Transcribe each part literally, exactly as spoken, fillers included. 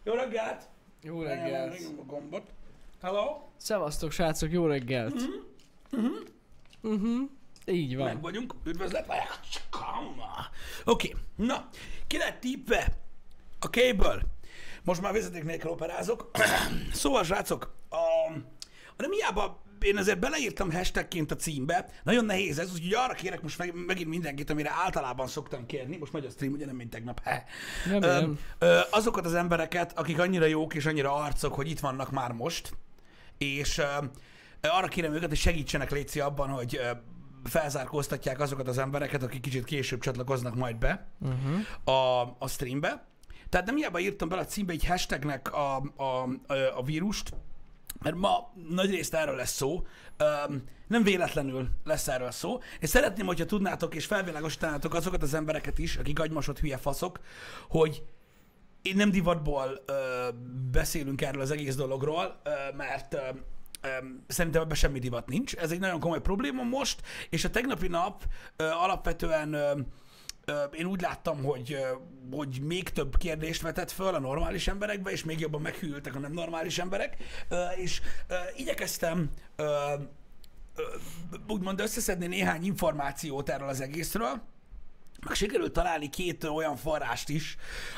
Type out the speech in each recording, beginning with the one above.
Jó reggelt! Jó reggelt! Nyomom a gombot. Hello? Szevasztok, srácok, jó reggelt! Mhm. Mhm. Mhm. Így van. Meg vagyunk. Üdvözlet! Oké, okay. Na, ki lett típve a Cable? Most már vezeték nélkül operázok. Szóval, srácok, a... nem hiába én azért beleírtam hashtagként a címbe. Nagyon nehéz ez, úgyhogy arra kérek most meg, megint mindenkit, amire általában szoktam kérni. Most megy a stream, ugye nem mint tegnap. Nem, ö, nem. Ö, azokat az embereket, akik annyira jók és annyira arcok, hogy itt vannak már most, és ö, arra kérem őket, hogy segítsenek létszi abban, hogy ö, felzárkóztatják azokat az embereket, akik kicsit később csatlakoznak majd be uh-huh. a, a streambe. Tehát nem hiába írtam bele a címbe egy hashtagnek a, a, a, a vírust, mert ma nagyrészt erről lesz szó, nem véletlenül lesz erről szó, és szeretném, hogyha tudnátok és felvilágosítanátok azokat az embereket is, akik agymosott hülye faszok, hogy én nem divatból ö, beszélünk erről az egész dologról, ö, mert ö, ö, szerintem ebben semmi divat nincs. Ez egy nagyon komoly probléma most, és a tegnapi nap ö, alapvetően ö, ö, én úgy láttam, hogy, ö, hogy még több kérdést vetett föl a normális emberekbe, és még jobban meghűltek a nem normális emberek, ö, és ö, igyekeztem ö, ö, úgymond összeszedni néhány információt erről az egészről, meg sikerült találni két olyan forrást is,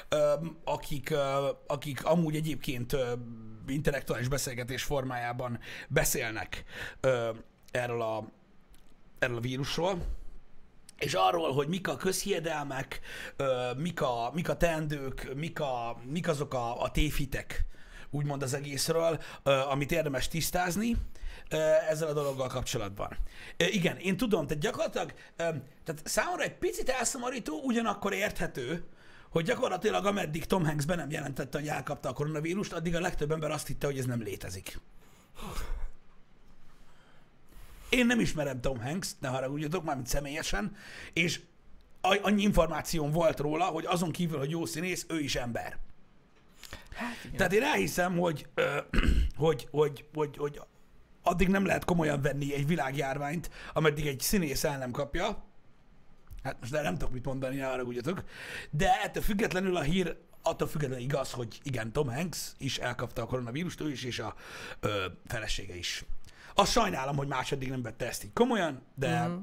akik, akik amúgy egyébként intellektuális beszélgetés formájában beszélnek erről a, erről a vírusról, és arról, hogy mik a közhiedelmek, mik a, mik a teendők, mik, a, mik azok a, a tévhitek, úgymond az egészről, amit érdemes tisztázni ezzel a dologgal kapcsolatban. Igen, én tudom, tehát gyakorlatilag, tehát számomra egy picit elszomorító, ugyanakkor érthető, hogy gyakorlatilag ameddig Tom Hanks be nem jelentette, hogy elkapta a koronavírust, addig a legtöbb ember azt hitte, hogy ez nem létezik. Én nem ismerem Tom Hanks, ne haragudjatok, mármint személyesen, és annyi információm volt róla, hogy azon kívül, hogy jó színész, ő is ember. Hát, tehát én elhiszem, hogy, ö, hogy, hogy, hogy, hogy addig nem lehet komolyan venni egy világjárványt, ameddig egy színész el nem kapja. Hát most nem tudok mit mondani, ne haragudjatok. De ettől függetlenül a hír attól függetlenül igaz, hogy igen, Tom Hanks is elkapta a koronavírust, ő is, és a ö, felesége is. Azt sajnálom, hogy második nem vette ezt így komolyan, de mm.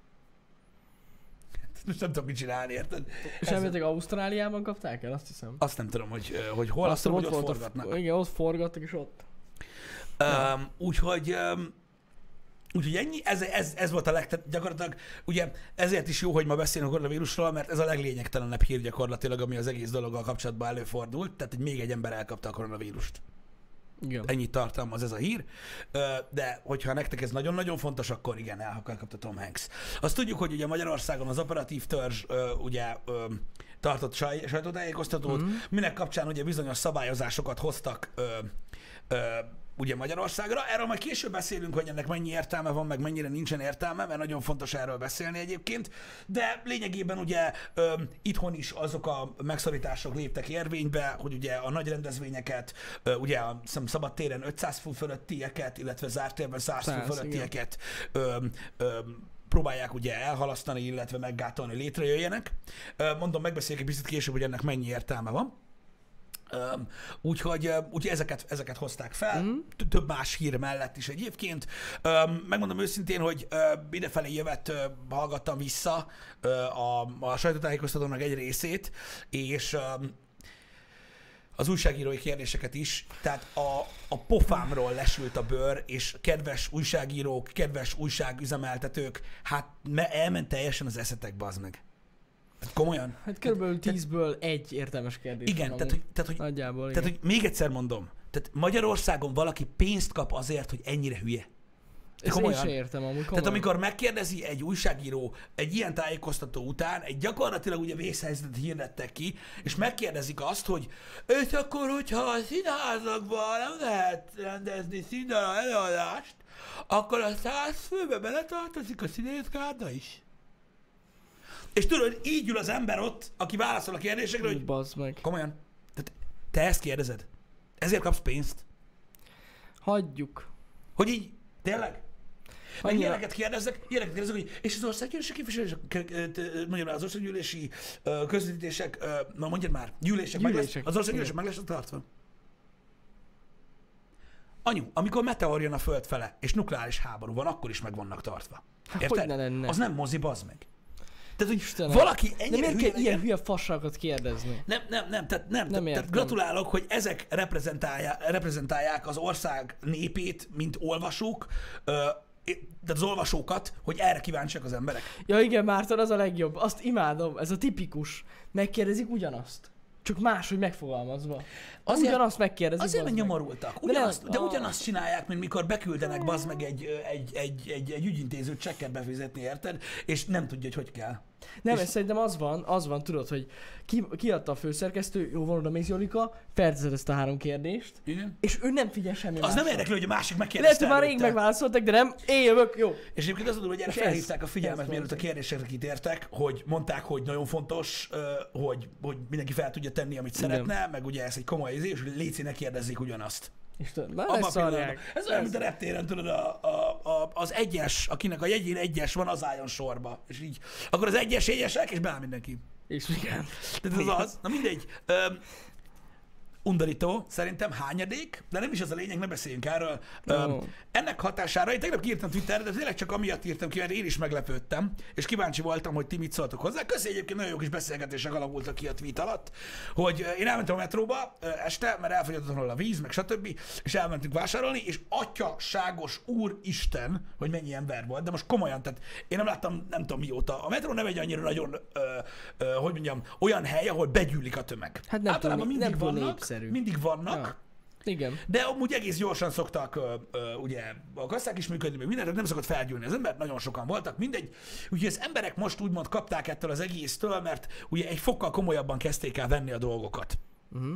most nem tudom, mit csinálni, érted? És elméletek Ausztráliában kapták el, azt hiszem. Azt nem tudom, hogy, hogy hol, azt tudom, hogy ott forgatnak. A, igen, ott forgattak, és ott. Um, úgyhogy, um, úgyhogy ennyi, ez, ez, ez volt a legtöbb, gyakorlatilag, ugye ezért is jó, hogy ma beszélünk a koronavírusról, mert ez a leglényegtelenebb hír gyakorlatilag, ami az egész dologgal kapcsolatban előfordult, tehát hogy még egy ember elkapta a koronavírust. Igen. Ennyit tartalmaz ez a hír, de hogyha nektek ez nagyon-nagyon fontos, akkor igen, elkapta Tom Hanks. Azt tudjuk, hogy ugye Magyarországon az operatív törzs ugye tartott saj, sajtótájékoztatót, mm-hmm. minek kapcsán ugye bizonyos szabályozásokat hoztak ugye Magyarországra. Erről majd később beszélünk, hogy ennek mennyi értelme van, meg mennyire nincsen értelme, mert nagyon fontos erről beszélni egyébként, de lényegében ugye ö, itthon is azok a megszorítások léptek érvénybe, hogy ugye a nagy rendezvényeket, ö, ugye a szabad téren ötszáz fő fölöttieket, illetve zárt térben száz fő fölöttieket ö, ö, próbálják ugye elhalasztani, illetve meggátolni, létrejöjjenek. Ö, mondom, megbeszéljük egy picit később, hogy ennek mennyi értelme van. Um, úgyhogy, úgyhogy ezeket, ezeket hozták fel, mm. több más hír mellett is egyébként. Um, megmondom őszintén, hogy uh, idefelé jövet uh, hallgattam vissza uh, a, a sajtótájékoztatónak egy részét, és um, az újságírói kérdéseket is, tehát a, a pofámról lesült a bőr, és kedves újságírók, kedves újságüzemeltetők, hát me- elment teljesen az eszetek, bazd meg. Hát komolyan? Hát körülbelül tízből egy értelmes kérdés. Igen, tehát hogy, tehát, hogy, nagyjából, tehát, igen. hogy még egyszer mondom, tehát Magyarországon valaki pénzt kap azért, hogy ennyire hülye. Ezt komolyan? Én sem értem amúgy, komolyan. Tehát amikor megkérdezi egy újságíró egy ilyen tájékoztató után, egy gyakorlatilag ugye vészhelyzetet hirdettek ki, és megkérdezik azt, hogy és akkor, hogyha a színházakban nem lehet rendezni színdarab előadást, akkor a száz főbe beletartozik a színészkárda is. És tudod, így ül az ember ott, aki válaszol a kérdésekre, hogy bazd meg. Komolyan. Tehát te ezt kérdezed. Ezért kapsz pénzt. Hagyjuk. Hogy így, tényleg? Meg ilyeneket kérdeznek, ilyeneket kérdeznek, hogy és az országgyűlési képviselések, mondjam, az országgyűlési közvetítések, na mondjad már, gyűlések, meg lesz, az országgyűlések meg lesznek tartva. Anyu, amikor meteor jön a föld fele, és nukleáris háború van, akkor is meg vannak tartva. Érted? Az nem mozi, bazd meg. Tehát, hogy Istenem. Valaki ennyire de miért hülye kell ilyen hülye fasságokat kérdezni? Nem, nem, nem, tehát, nem, nem tehát gratulálok, hogy ezek reprezentálják, reprezentálják az ország népét, mint olvasók, de az olvasókat, hogy erre kíváncsiak az emberek. Ja igen, Márton, az a legjobb. Azt imádom, ez a tipikus. Megkérdezik ugyanazt. Csak máshogy megfogalmazva. Azért, ugyanazt megkérdezik. Azért, mert nyomorultak. Ugyanazt, de, de ugyanazt csinálják, mint mikor beküldenek bazd meg egy, egy, egy, egy, egy ügyintéző csekket befizetni, érted? És nem tudja, hogy hogy kell. Nem, és... ez szerintem az van, az van, tudod, hogy ki, kiadta a főszerkesztő, jó van oda mész Jolika, felteszed ezt a három kérdést, igen. És ő nem figyel semmi Az másra. nem érdekli, hogy a másik megkérdezte. Lehet, hogy már rég megválaszoltak, de nem, én jövök, jó. És egyébként azt mondom, hogy erre felhívták a figyelmet, mielőtt a kérdésekre kitértek, hogy mondták, hogy nagyon fontos, hogy, hogy mindenki fel tudja tenni, amit igen. szeretne, meg ugye ez egy komoly izé, és léci ne kérdezzék ugyanazt. Isten, már ezt szarják. Ez olyan, mint a reptéren, tudod, a, a, a, az egyes, akinek a jegyén egyes van, az álljon sorba. És így, akkor az egyes jegyesek, és beáll mindenki. És igen. Tehát ez az. Na mindegy. Öm, undorító, szerintem hányadék, de nem is az a lényeg, ne beszéljünk erről. Oh. Um, ennek hatására, én tegnap írtam Twitterre, de tényleg csak amiatt írtam ki, mert én is meglepődtem, és kíváncsi voltam, hogy ti mit szóltok hozzá. Köszi, egyébként nagyon jó kis beszélgetések alakultak ki a tweet alatt, hogy én elmentem a metróba este, mert elfogyott a víz, meg stb., és elmentünk vásárolni, és atyaságos úristen, hogy mennyi ember volt, de most komolyan, tehát én nem láttam, nem tudom mióta. A metró nem egy annyira nagyon, ö, ö, hogy mondjam, olyan hely, ahol begyűlik a tömeg. Hát nem általában tudom, mindig nem vannak, mindig vannak, ja. Igen. De amúgy egész gyorsan szoktak ö, ö, ugye a kasszák is működni, meg minden, nem szokott felgyűlni az ember, nagyon sokan voltak, mindegy. Úgyhogy az emberek most úgymond kapták ettől az egésztől, mert ugye egy fokkal komolyabban kezdték el venni a dolgokat. Uh-huh.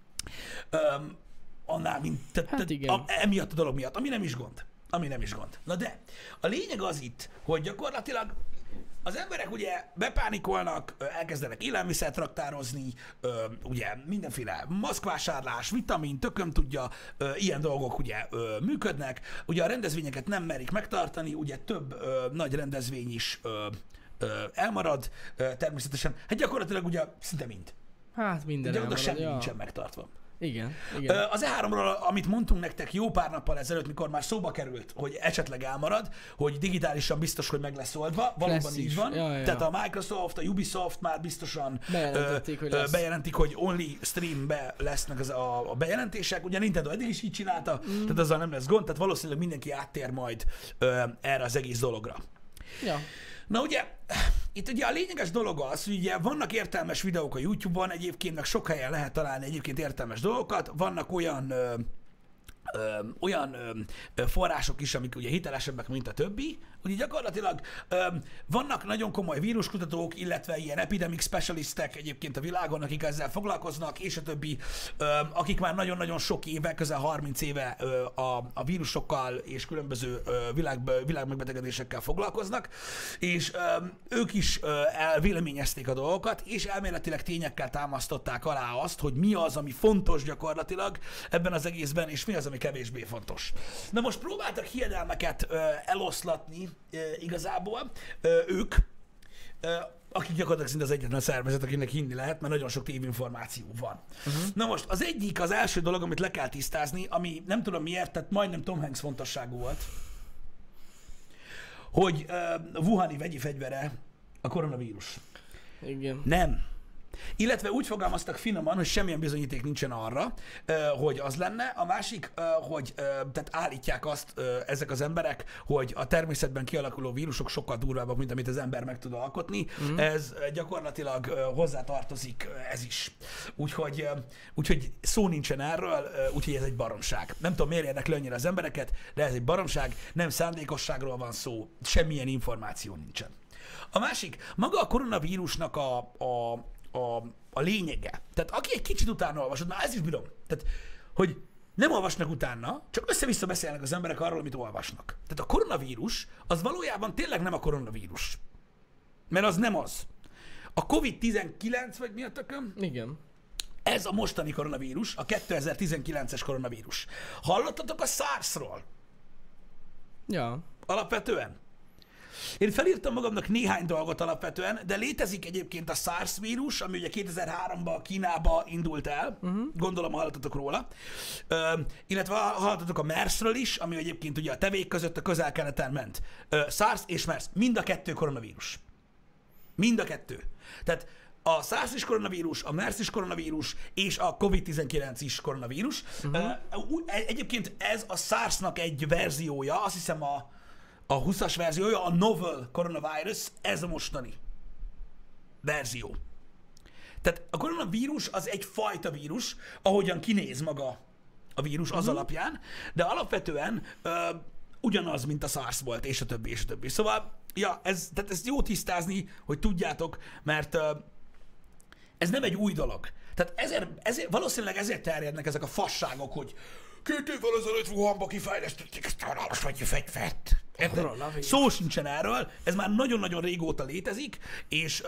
Öm, annál, mint, tehát, hát tehát, a, emiatt a dolog miatt, ami nem is gond. Ami nem is gond. Na de, a lényeg az itt, hogy gyakorlatilag az emberek ugye bepánikolnak, elkezdenek élelmiszert raktározni, ugye mindenféle maszkvásárlás, vitamin, tököm tudja, ilyen dolgok ugye működnek. Ugye a rendezvényeket nem merik megtartani, ugye több nagy rendezvény is elmarad természetesen. Hát gyakorlatilag ugye szinte mind. Hát minden elmarad, semmi ja. nincsen megtartva. Igen, igen. Az E háromról, amit mondtunk nektek jó pár nappal ezelőtt, mikor már szóba került, hogy esetleg elmarad, hogy digitálisan biztos, hogy meg lesz oldva, valóban Lesz így is. van. Ja, ja. Tehát a Microsoft, a Ubisoft már biztosan bejelentették, hogy, lesz. bejelentik, hogy only streambe lesznek az a, a bejelentések. Ugye Nintendo eddig is így csinálta, mm. tehát azzal nem lesz gond, tehát valószínűleg mindenki áttér majd ö, erre az egész dologra. Ja. Na ugye, itt ugye a lényeges dolog az, hogy ugye vannak értelmes videók a YouTube-on, egyébként meg sok helyen lehet találni egyébként értelmes dolgokat, vannak olyan ö, ö, olyan ö, források is, amik ugye hitelesebbek, mint a többi, ugye gyakorlatilag ö, vannak nagyon komoly víruskutatók, illetve ilyen epidemic specialistek egyébként a világon, akik ezzel foglalkoznak, és a többi, ö, akik már nagyon-nagyon sok éve, közel harminc éve ö, a, a vírusokkal és különböző ö, világ, világmegbetegedésekkel foglalkoznak, és ö, ők is ö, elvéleményezték a dolgokat, és elméletileg tényekkel támasztották alá azt, hogy mi az, ami fontos gyakorlatilag ebben az egészben, és mi az, ami kevésbé fontos. Na most próbáltak hiedelmeket ö, eloszlatni igazából ők, akik gyakorlatilag szinte az egyetlen szervezet, akinek hinni lehet, mert nagyon sok tévinformáció van. Uh-huh. Na most az egyik, az első dolog, amit le kell tisztázni, ami nem tudom miért, tehát majdnem Tom Hanks fontosságú volt, hogy uh, Wuhani vegyi fegyvere a koronavírus. Igen. Nem. Illetve úgy fogalmaztak finoman, hogy semmilyen bizonyíték nincsen arra, hogy az lenne. A másik, hogy tehát állítják azt ezek az emberek, hogy a természetben kialakuló vírusok sokkal durvábbak, mint amit az ember meg tud alkotni. Mm. Ez gyakorlatilag hozzátartozik ez is. Úgyhogy, úgyhogy szó nincsen erről, úgyhogy ez egy baromság. Nem tudom, miért érdekli annyira az embereket, de ez egy baromság, nem szándékosságról van szó, semmilyen információ nincsen. A másik, maga a koronavírusnak a, a A, a lényege. Tehát aki egy kicsit utána olvasod, már ez is bírom. Tehát, hogy nem olvasnak utána, csak össze-vissza beszélnek az emberek arról, amit olvasnak. Tehát a koronavírus az valójában tényleg nem a koronavírus. Mert az nem az. A kovid tizenkilenc, vagy mi a tököm? Igen. Ez a mostani koronavírus, a kétezer-tizenkilences koronavírus. Hallottatok a SARS-ról? Ja. alapvetően. Én felírtam magamnak néhány dolgot alapvetően, de létezik egyébként a SARS vírus, ami ugye kétezer-háromban Kínába indult el, uh-huh. gondolom hallottatok róla, Ö, illetve hallottatok a MERS-ről is, ami egyébként ugye a tevék között a közel-keleten ment. Ö, SARS és MERS, mind a kettő koronavírus. Mind a kettő. Tehát a SARS is koronavírus, a MERS is koronavírus, és a kovid tizenkilenc is koronavírus. Uh-huh. Egyébként ez a SARS-nak egy verziója, azt hiszem a, a huszas verziója, a novel coronavirus, ez a mostani verzió. Tehát a koronavírus az egy fajta vírus, ahogyan kinéz maga a vírus az uh-huh. alapján, de alapvetően uh, ugyanaz, mint a SARS volt, és a többi, és a többi. Szóval, ja, ez, tehát ez jó tisztázni, hogy tudjátok, mert uh, ez nem egy új dolog. Tehát ezért, ezért, valószínűleg ezért terjednek ezek a fasságok, hogy két évvel ezelőtt Wuhanba kifejlesztették ezt a halálos fegyvert. Szó sincsen erről, ez már nagyon-nagyon régóta létezik, és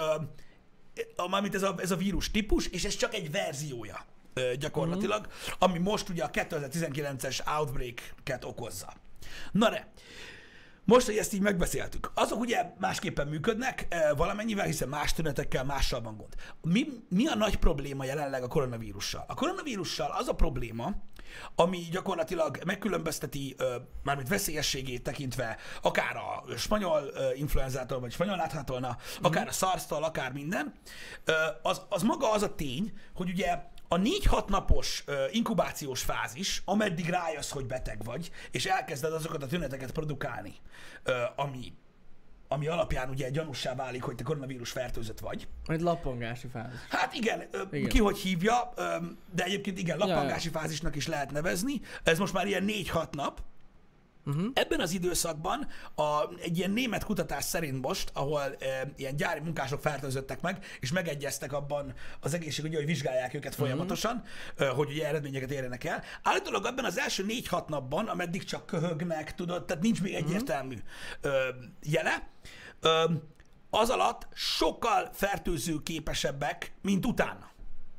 uh, mármint ez a, ez a vírus típus, és ez csak egy verziója uh, gyakorlatilag, uh-huh. ami most ugye a kétezer-tizenkilences outbreak-ket okozza. Na de, most, hogy ezt így megbeszéltük, azok ugye másképpen működnek valamennyivel, hiszen más tünetekkel, mással van gond. Mi, mi a nagy probléma jelenleg a koronavírussal? A koronavírussal az a probléma, ami gyakorlatilag megkülönbözteti, mármint veszélyességét tekintve, akár a spanyol influenzától, vagy spanyol láthától, mm. akár a SARS-tól, akár minden, az, az maga az a tény, hogy ugye a négy-hat napos uh, inkubációs fázis, ameddig rájössz, hogy beteg vagy, és elkezded azokat a tüneteket produkálni, uh, ami, ami alapján ugye gyanússá válik, hogy te koronavírus fertőzött vagy. Egy lappangási fázis. Hát igen, uh, igen, ki hogy hívja, um, de egyébként igen, lappangási ja, ja. fázisnak is lehet nevezni. Ez most már ilyen négy-hat nap. Uh-huh. Ebben az időszakban a, egy ilyen német kutatás szerint most, ahol e, ilyen gyári munkások fertőzöttek meg, és megegyeztek abban az egészségügyi, hogy vizsgálják őket folyamatosan, uh-huh. e, hogy ugye eredményeket érjenek el. Állítólag ebben az első négy-hat napban, ameddig csak köhögnek, tudod, tehát nincs még egyértelmű uh-huh. e, jele, e, az alatt sokkal fertőző képesebbek, mint utána.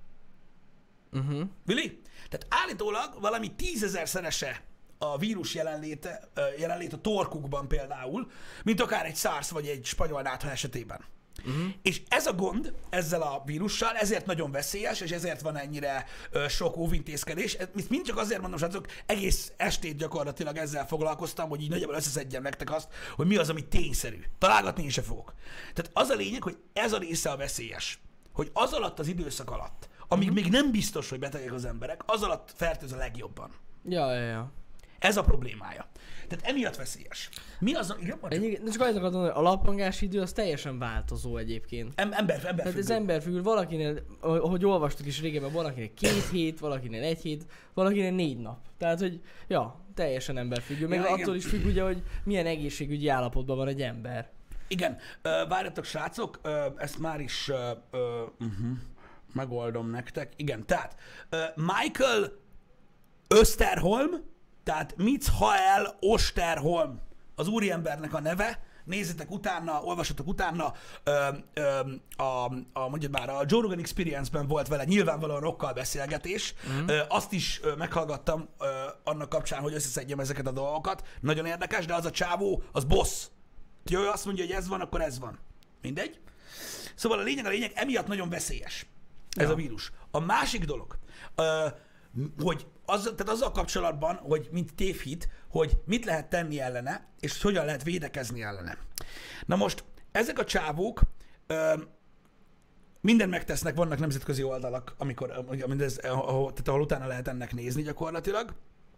Uh-huh. Vili? Tehát állítólag valami tízezerszerese a vírus jelenléte, jelenlét a torkukban például, mint akár egy SARS vagy egy spanyol nátha esetében. Uh-huh. És ez a gond ezzel a vírussal, ezért nagyon veszélyes, és ezért van ennyire uh, sok óvintézkedés. Ezt mind csak azért mondom, srácok, egész estét gyakorlatilag ezzel foglalkoztam, hogy így nagyjából összeszedjem nektek azt, hogy mi az, ami tényszerű. Találgatni is se fogok. Tehát az a lényeg, hogy ez a része a veszélyes. Hogy az alatt az időszak alatt, amíg uh-huh. még nem biztos, hogy betegek az emberek, az alatt fertőz a legjobban. Ja, ja, ja. Ez a problémája. Tehát emiatt veszélyes. Mi az a... Egy, csak annyit akartam, hogy a lappangási idő az teljesen változó egyébként. Em, ember, ember Tehát ez emberfüggő. Valakinél, ahogy olvastuk is régebben, valakinél két hét, valakinél egy hét, valakinél négy nap. Tehát, hogy ja, teljesen emberfüggő. Meg ja, attól igen. is függ ugye, hogy milyen egészségügyi állapotban van egy ember. Igen. Uh, várjatok, srácok, uh, ezt már is uh, uh, uh-huh. megoldom nektek. Igen, tehát uh, Michael Österholm, tehát Michael Osterholm az úriembernek a neve, nézzétek utána, olvassatok utána, ö, ö, a, a, mondjad már, a Joe Rogan Experience-ben volt vele nyilvánvalóan rokkal beszélgetés, mm. ö, azt is ö, meghallgattam ö, annak kapcsán, hogy összeszedjem ezeket a dolgokat, nagyon érdekes, de az a csávó, az boss. Jó, azt mondja, hogy ez van, akkor ez van. Mindegy. Szóval a lényeg, a lényeg, emiatt nagyon veszélyes ez ja. a vírus. A másik dolog, ö, hogy az, tehát azzal kapcsolatban, hogy mint tévhit, hogy mit lehet tenni ellene, és hogyan lehet védekezni ellene. Na most, ezek a csávók ö, mindent megtesznek, vannak nemzetközi oldalak, amikor, mindez, ahol, tehát ahol utána lehet ennek nézni gyakorlatilag.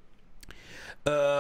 Ö,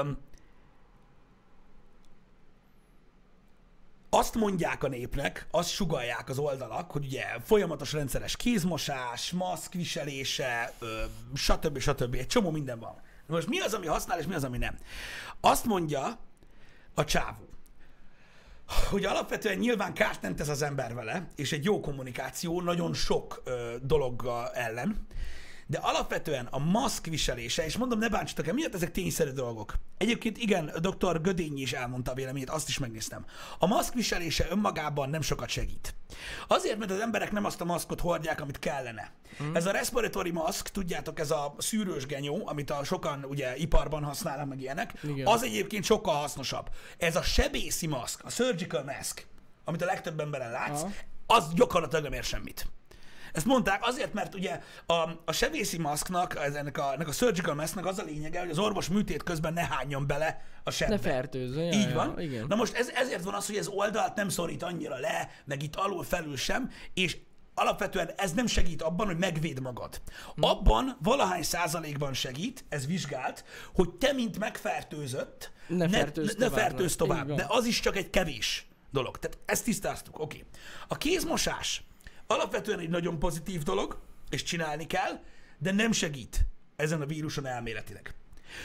azt mondják a népnek, azt sugallják az oldalak, hogy ugye folyamatos rendszeres kézmosás, maszk viselése, ö, stb. stb. Egy csomó minden van. Most mi az, ami használ, és mi az, ami nem? Azt mondja a csávó, hogy alapvetően nyilván kárt nem tesz az ember vele, és egy jó kommunikáció nagyon sok ö, dolog ellen, de alapvetően a maszk viselése, és mondom, ne bántsatok el, miatt ezek tényszerű dolgok. Egyébként igen, doktor Gödényi is elmondta a véleményét, azt is megnéztem. A maszk viselése önmagában nem sokat segít. Azért, mert az emberek nem azt a maszkot hordják, amit kellene. Mm. Ez a respiratory maszk, tudjátok, ez a szűrős genyó, amit a sokan ugye iparban használnak, meg ilyenek, igen. Az egyébként sokkal hasznosabb. Ez a sebészi maszk, a surgical mask, amit a legtöbb emberen látsz, Aha. az gyakorlatilag nem ér semmit. Ezt mondták azért, mert ugye a, a sebészi maszknak, ennek a, ennek a surgical masknak az a lényege, hogy az orvos műtét közben ne hányjon bele a sebbe. Ne fertőzzön. Így ja, van. Ja, igen. Na most ez, ezért van az, hogy ez oldalt nem szorít annyira le, meg itt alul felül sem, és alapvetően ez nem segít abban, hogy megvéd magad. Hm. Abban valahány százalékban segít, ez vizsgált, hogy te, mint megfertőzött, ne fertőzz ne, tovább. Ne fertőzz tovább de az is csak egy kevés dolog. Tehát ezt tisztáztuk. Oké. Okay. A kézmosás alapvetően egy nagyon pozitív dolog, és csinálni kell, de nem segít ezen a víruson elméletileg.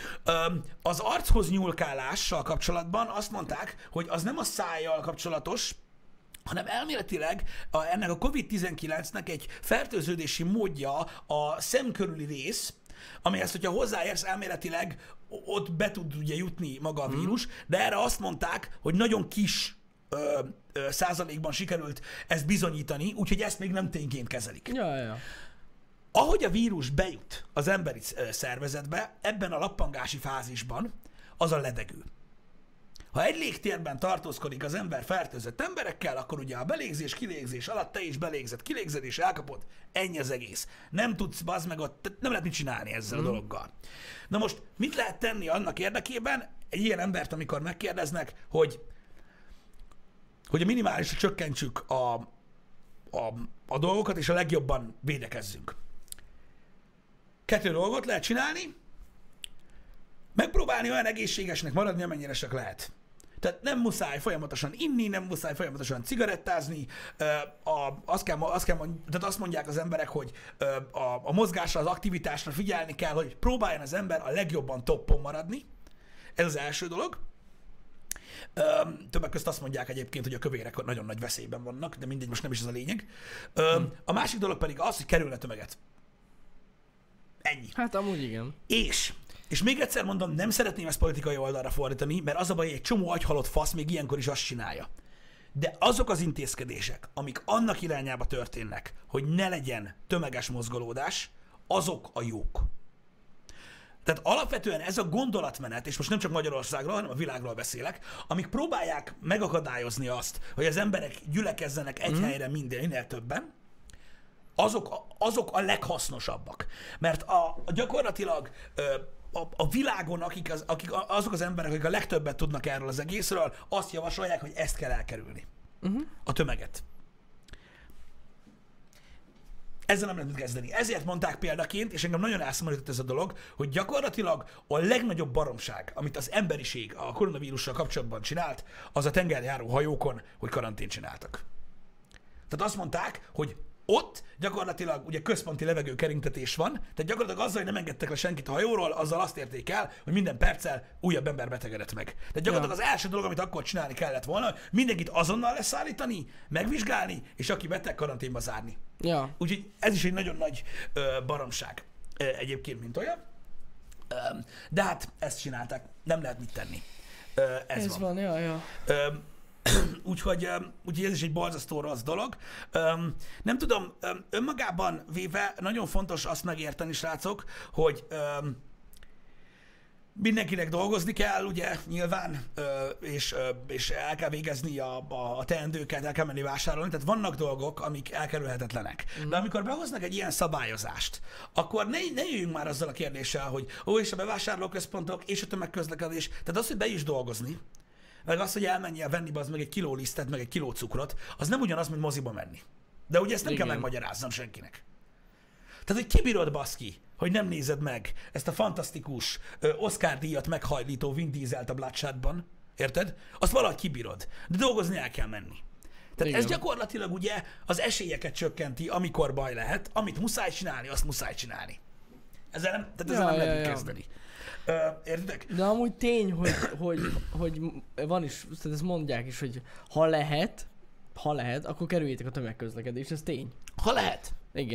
Az archoz nyúlkálással kapcsolatban azt mondták, hogy az nem a szájjal kapcsolatos, hanem elméletileg a, ennek a kovid tizenkilencnek egy fertőződési módja a szem körüli rész, amihez, hogyha hozzáérsz, elméletileg ott be tud ugye jutni maga a vírus, mm. de erre azt mondták, hogy nagyon kis Ö, ö, százalékban sikerült ezt bizonyítani, úgyhogy ezt még nem tényként kezelik. Ja, ja. Ahogy a vírus bejut az emberi szervezetbe, ebben a lappangási fázisban, az a ledegő. Ha egy légtérben tartózkodik az ember fertőzött emberekkel, akkor ugye a belégzés, kilégzés alatt te is belégzed, kilégzed és elkapod, ennyi az egész. Nem tudsz, bazd meg, ott, nem lehet mit csinálni ezzel mm. a dologgal. Na most, mit lehet tenni annak érdekében, egy ilyen embert, amikor megkérdeznek, hogy hogy a minimálisra csökkentsük a, a, a dolgokat, és a legjobban védekezzünk. Kettő dolgot lehet csinálni, megpróbálni olyan egészségesnek maradni, amennyire csak lehet. Tehát nem muszáj folyamatosan inni, nem muszáj folyamatosan cigarettázni, a, azt, kell, azt, kell, tehát azt mondják az emberek, hogy a, a mozgásra, az aktivitásra figyelni kell, hogy próbáljon az ember a legjobban toppon maradni. Ez az első dolog. Többek között azt mondják egyébként, hogy a kövérek nagyon nagy veszélyben vannak, de mindegy, most nem is ez a lényeg. Hmm. A másik dolog pedig az, hogy kerülne tömeget. Ennyi. Hát amúgy igen. És, és még egyszer mondom, nem szeretném ezt politikai oldalra fordítani, mert az a baj, hogy egy csomó agyhalott fasz még ilyenkor is azt csinálja. De azok az intézkedések, amik annak irányába történnek, hogy ne legyen tömeges mozgolódás, azok a jók. Tehát alapvetően ez a gondolatmenet, és most nem csak Magyarországról, hanem a világról beszélek, amik próbálják megakadályozni azt, hogy az emberek gyülekezzenek egy mm. helyre minden, minél többen, azok, azok a leghasznosabbak. Mert a, a gyakorlatilag a, a világon, akik az, akik, azok az emberek, akik a legtöbbet tudnak erről az egészről, azt javasolják, hogy ezt kell elkerülni. Mm-hmm. A tömeget. Ezzel nem lehet kezdeni. Ezért mondták példaként, és engem nagyon elszomorított ez a dolog, hogy gyakorlatilag a legnagyobb baromság, amit az emberiség a koronavírussal kapcsolatban csinált, az a tengerjáró hajókon, hogy karantént csináltak. Tehát azt mondták, hogy ott gyakorlatilag ugye központi levegőkeringtetés van, tehát gyakorlatilag azzal, hogy nem engedtek le senkit a hajóról, azzal azt érték el, hogy minden perccel újabb ember betegedett meg. Tehát gyakorlatilag ja. az első dolog, amit akkor csinálni kellett volna, mindenkit azonnal leszállítani, megvizsgálni, és aki beteg, karanténba zárni. Ja. Úgyhogy ez is egy nagyon nagy ö, baromság ö, egyébként, mint olyan. Ö, de hát ezt csinálták, nem lehet mit tenni. Ö, ez, ez van. van, ja, ja. Ö, úgyhogy, úgyhogy ez is egy borzasztó rossz dolog. Öm, nem tudom, öm, önmagában véve nagyon fontos azt megérteni, srácok, hogy öm, mindenkinek dolgozni kell, ugye, nyilván, ö, és, ö, és el kell végezni a, a, a teendőket, el kell menni vásárolni, tehát vannak dolgok, amik elkerülhetetlenek. Mm. De amikor behoznak egy ilyen szabályozást, akkor ne, ne jöjjünk már azzal a kérdéssel, hogy ó, és a bevásárlóközpontok, és a tömegközlekedés, tehát az, hogy be is dolgozni, meg az, hogy elmenjél venni az meg egy kiló lisztet, meg egy kiló cukrot, az nem ugyanaz, mint moziba menni. De ugye ezt nem Igen. kell megmagyaráznom senkinek. Tehát, hogy kibírod, baszki, hogy nem nézed meg ezt a fantasztikus ö, Oscar-díjat meghajlító Vin Dieselt a Bloodshotban, érted? Azt valahogy kibírod, de dolgozni el kell menni. Tehát Igen. ez gyakorlatilag ugye az esélyeket csökkenti, amikor baj lehet, amit muszáj csinálni, azt muszáj csinálni. Ezzel nem, tehát ezzel ja, nem ja, lehet ja. kezdeni. Uh, értitek? De amúgy tény, hogy, hogy, hogy van is, tehát ezt mondják is, hogy ha lehet, ha lehet, akkor kerüljétek a tömegközlekedést, ez tény. Ha lehet. Igen.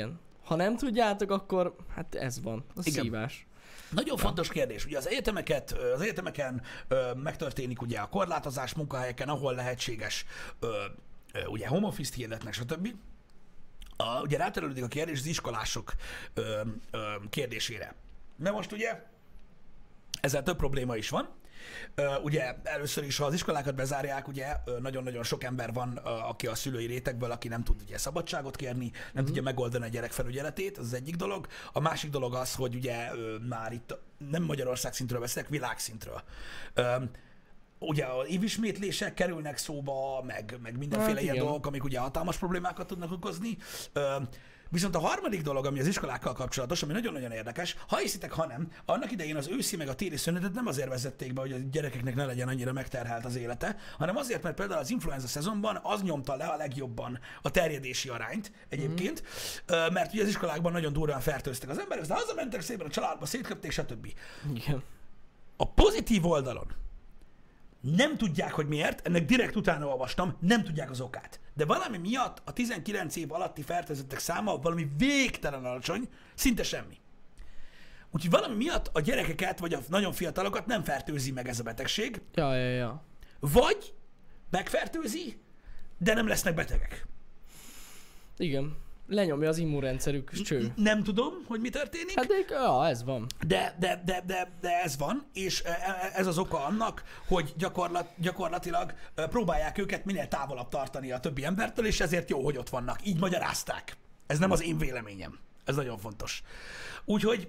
Ha nem tudjátok, akkor hát ez van, a Igen. szívás. Nagyon fontos kérdés. Ugye az egyetemeket, az egyetemeken ö, megtörténik ugye a korlátozás munkahelyeken, ahol lehetséges, ö, ö, ugye home office-t hirdetnek, stb. A, ugye ráterülődik a kérdés az iskolások ö, ö, kérdésére. Mert most ugye ezzel több probléma is van. Uh, ugye először is, ha az iskolákat bezárják, ugye uh, nagyon-nagyon sok ember van, uh, aki a szülői rétegből, aki nem tud ugye szabadságot kérni, nem mm-hmm. tudja megoldani a gyerek felügyeletét, az az egyik dolog. A másik dolog az, hogy ugye uh, már itt nem Magyarország szintről beszélek, világszintről. Uh, ugye az évismétlések kerülnek szóba, meg, meg mindenféle hát, ilyen igen. dolgok, amik ugye hatalmas problémákat tudnak okozni. Uh, Viszont a harmadik dolog, ami az iskolákkal kapcsolatos, ami nagyon-nagyon érdekes, ha hiszitek, ha nem, annak idején az őszi meg a téli szünetet nem azért vezették be, hogy a gyerekeknek ne legyen annyira megterhelt az élete, hanem azért, mert például az influenza szezonban az nyomta le a legjobban a terjedési arányt egyébként, mm-hmm. mert ugye az iskolákban nagyon durván fertőztek az emberek, de hazamentek szépen a családba, szétköpték, stb. Igen. A pozitív oldalon nem tudják, hogy miért, ennek direkt utána olvastam, nem tudják az okát. De valami miatt a tizenkilenc év alatti fertőzöttek száma valami végtelen alacsony, szinte semmi. Úgyhogy valami miatt a gyerekeket, vagy a nagyon fiatalokat nem fertőzi meg ez a betegség. Ja, ja, ja. Vagy megfertőzi, de nem lesznek betegek. Igen. Lenyomja az immunrendszerük, cső. Nem tudom, hogy mi történik. Hát de, ja, ez van. De, de, de, de, de ez van, és ez az oka annak, hogy gyakorlat, gyakorlatilag próbálják őket minél távolabb tartani a többi embertől, és ezért jó, hogy ott vannak. Így magyarázták. Ez nem az én véleményem. Ez nagyon fontos. Úgyhogy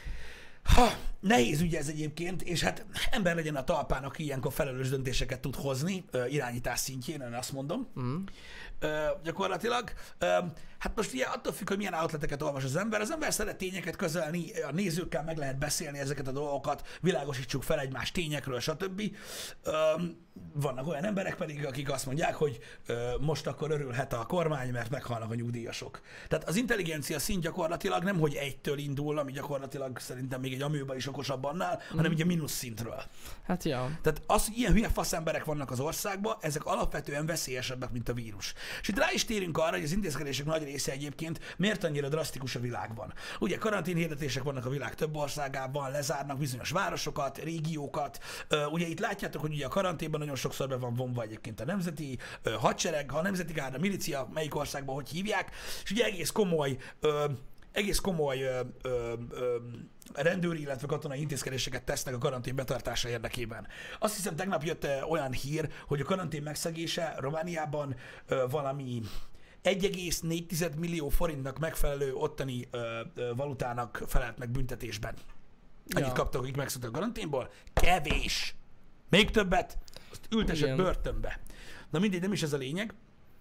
ha, nehéz ügy ez egyébként, és hát ember legyen a talpán, aki ilyenkor felelős döntéseket tud hozni, irányítás szintjén, én azt mondom. Mm. Ö, gyakorlatilag. Ö, hát most ugye attól függ, hogy milyen outleteket olvas az ember. Az ember szeret tényeket közölni, a nézőkkel meg lehet beszélni ezeket a dolgokat, világosítsuk fel egymás tényekről, stb. Ö, vannak olyan emberek pedig, akik azt mondják, hogy ö, most akkor örülhet a kormány, mert meghalnak a nyugdíjasok. Tehát az intelligencia szint gyakorlatilag nem, hogy egytől indul, ami gyakorlatilag szerintem még egy amőba is okosabb annál, mm. hanem ugye mínusz szintről. Hát ja. Tehát az, hogy ilyen hülye faszemberek vannak az országban, ezek alapvetően veszélyesebbek, mint a vírus. És itt rá is térünk arra, hogy az intézkedések nagy része egyébként miért annyira drasztikus a világban. Ugye karantén hirdetések vannak a világ több országában, lezárnak bizonyos városokat, régiókat. Ugye itt látjátok, hogy ugye a karanténban nagyon sokszor be van vonva egyébként a nemzeti hadsereg, ha a nemzeti gárda, milícia, melyik országban hogy hívják, és ugye egész komoly egész komoly ö, ö, ö, rendőri, illetve katonai intézkedéseket tesznek a karantén betartása érdekében. Azt hiszem, tegnap jött olyan hír, hogy a karantén megszegése Romániában ö, valami egy egész négy millió forintnak megfelelő ottani ö, ö, valutának felelt meg büntetésben. Annyit ja. kaptak, akik megszoktak a karanténból. Kevés! Még többet, azt ültesek börtönbe. Na mindegy, nem is ez a lényeg.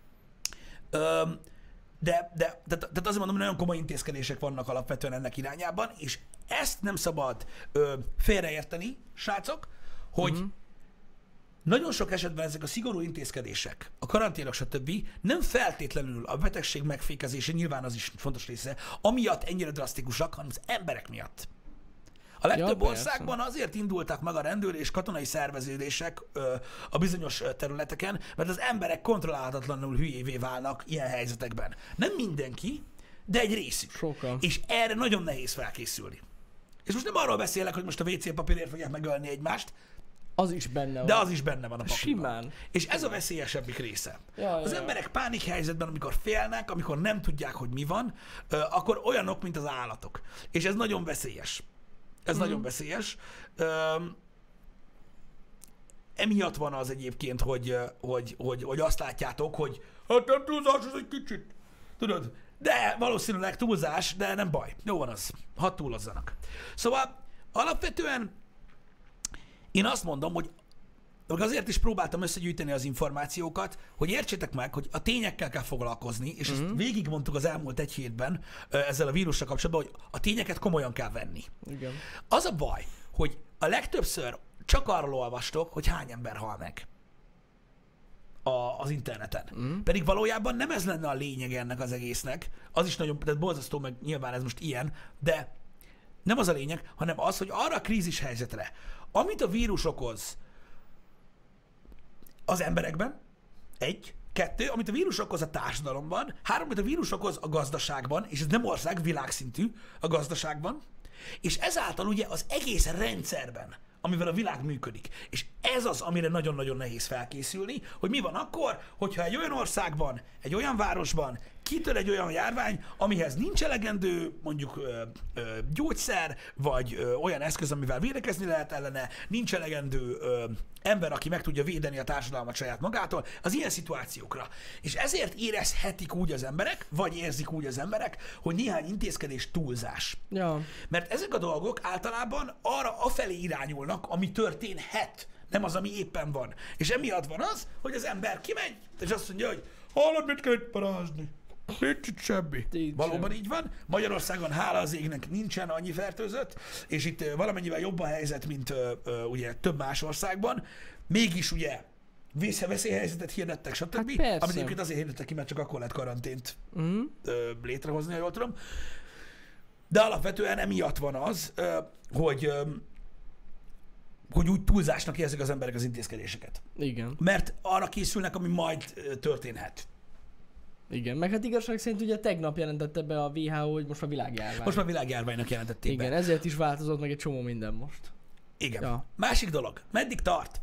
Ö, De, de, de, de azért mondom, hogy nagyon komoly intézkedések vannak alapvetően ennek irányában, és ezt nem szabad ö, félreérteni, srácok, hogy uh-huh. nagyon sok esetben ezek a szigorú intézkedések, a karanténok, stb. Nem feltétlenül a betegség megfékezése, nyilván az is fontos része, amiatt ennyire drasztikusak, hanem az emberek miatt. A legtöbb ja, országban azért indultak meg a rendőr és katonai szerveződések ö, a bizonyos területeken, mert az emberek kontrollálhatatlanul hülyévé válnak ilyen helyzetekben. Nem mindenki, de egy részük. Sokan. És erre nagyon nehéz felkészülni. És most nem arról beszélek, hogy most a vé cé papírért fogják megölni egymást, az is benne van. De az is benne van a pakliban. Simán. És ez a veszélyesebbik része. Ja, az ja. emberek pánik helyzetben, amikor félnek, amikor nem tudják, hogy mi van, akkor olyanok, mint az állatok. És ez nagyon veszélyes. Ez mm. nagyon veszélyes. Um, emiatt van az egyébként, hogy, hogy, hogy, hogy azt látjátok, hogy hát nem túlzás, az egy kicsit. Tudod? De valószínűleg túlzás, de nem baj. Jó van az. Hadd túlozzanak. Szóval alapvetően én azt mondom, hogy azért is próbáltam összegyűjteni az információkat, hogy értsétek meg, hogy a tényekkel kell foglalkozni, és mm-hmm. ezt végigmondtuk az elmúlt egy hétben ezzel a vírussal kapcsolatban, hogy a tényeket komolyan kell venni. Igen. Az a baj, hogy a legtöbbször csak arról olvastok, hogy hány ember hal meg a, az interneten. Mm. Pedig valójában nem ez lenne a lényeg ennek az egésznek. Az is nagyon, tehát borzasztó, meg nyilván ez most ilyen, de nem az a lényeg, hanem az, hogy arra a krízis helyzetre, amit a vírus okoz az emberekben, egy, kettő, amit a vírus okoz a társadalomban, három, amit a vírus okoz a gazdaságban, és ez nem ország, világszintű a gazdaságban, és ezáltal ugye az egész rendszerben, amivel a világ működik. És ez az, amire nagyon-nagyon nehéz felkészülni, hogy mi van akkor, hogyha egy olyan országban, egy olyan városban kitör egy olyan járvány, amihez nincs elegendő mondjuk ö, ö, gyógyszer, vagy ö, olyan eszköz, amivel védekezni lehet ellene, nincs elegendő ö, ember, aki meg tudja védeni a társadalmat saját magától, az ilyen szituációkra. És ezért érezhetik úgy az emberek, vagy érzik úgy az emberek, hogy néhány intézkedés túlzás. Ja. Mert ezek a dolgok általában arra afelé irányulnak, ami történhet, nem az, ami éppen van. És emiatt van az, hogy az ember kimegy, és azt mondja, hogy hallod, mit kell itt parázni? Nincs itt semmi. Nincs Valóban semmi. így van. Magyarországon hála az égnek nincsen annyi fertőzött, és itt ö, valamennyivel jobb a helyzet, mint ö, ö, ugye több más országban. Mégis ugye vészhelyzetet hirdettek, stb. Hát Amit persze. egyébként azért hirdettek ki, mert csak akkor lehet karantént Mm. ö, létrehozni, ha jól tudom. De alapvetően emiatt van az, ö, hogy, ö, hogy úgy túlzásnak érzik az emberek az intézkedéseket. Igen. Mert arra készülnek, ami majd ö, történhet. Igen, meg hát igazság szerint ugye tegnap jelentette be a vé há ó, hogy most a világjárvány. Most már világjárványnak jelentették Igen, be. ezért is változott meg egy csomó minden most. Igen. Ja. Másik dolog. Meddig tart?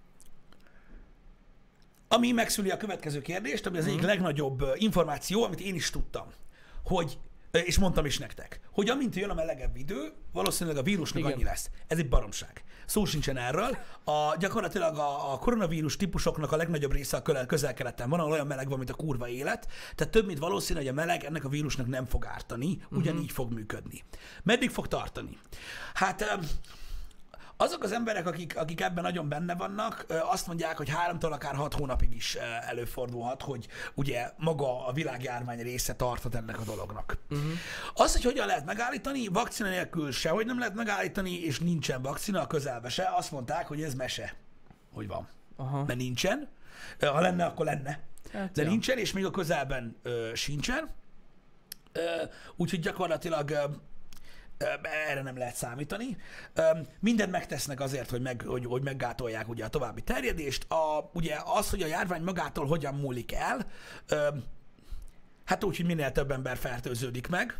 Ami megszüli a következő kérdést, ami az egyik legnagyobb ö, információ, amit én is tudtam, hogy, ö, és mondtam is nektek, hogy amint jön a melegebb idő, valószínűleg a vírusnak Igen. annyi lesz. Ez egy baromság. Szó sincsen erről. A, gyakorlatilag a, a koronavírus típusoknak a legnagyobb része a közel- közel-keleten van, ahol olyan meleg van, mint a kurva élet. Tehát több mint valószínű, hogy a meleg ennek a vírusnak nem fog ártani, ugyanígy uh-huh. fog működni. Meddig fog tartani? Hát... Ö, azok az emberek, akik, akik ebben nagyon benne vannak, ö, azt mondják, hogy háromtól akár hat hónapig is ö, előfordulhat, hogy ugye maga a világjárvány része tarthat ennek a dolognak. Uh-huh. Az, hogy hogyan lehet megállítani, vakcina nélkül sehogy nem lehet megállítani, és nincsen vakcina a közelbe se. Azt mondták, hogy ez mese, hogy van. Aha. Mert nincsen. Ö, Ha lenne, akkor lenne. Hát De ja. nincsen, és még a közelben ö, sincsen. Ö, úgyhogy gyakorlatilag... Ö, erre nem lehet számítani. Mindent megtesznek azért, hogy, meg, hogy, hogy meggátolják ugye a további terjedést. A, ugye az, hogy a járvány magától hogyan múlik el, hát úgy, hogy minél több ember fertőződik meg,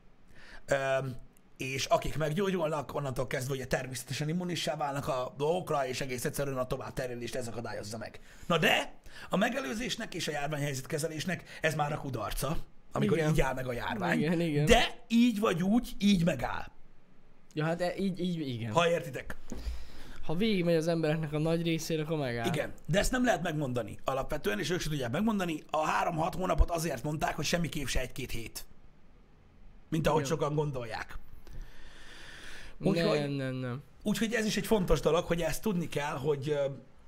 és akik meggyógyulnak, onnantól kezdve ugye természetesen immunissá válnak a dolgokra, és egész egyszerűen a tovább terjedést ez akadályozza meg. Na de a megelőzésnek és a járványhelyzetkezelésnek ez már a kudarca, amikor Igen. így áll meg a járvány. Igen, igen. De így vagy úgy, így megáll. Ja, hát e- így, így, igen. Ha, Ha értitek. ha végigmegy az embereknek a nagy részére, akkor megáll. Igen, de ezt nem lehet megmondani alapvetően, és ők sem tudják megmondani. A három-hat hónapot azért mondták, hogy semmiképp se egy-két hét. Mint ahogy Igen. sokan gondolják. Nem, Úgyhogy, nem, nem. úgyhogy ez is egy fontos dolog, hogy ezt tudni kell, hogy, ö,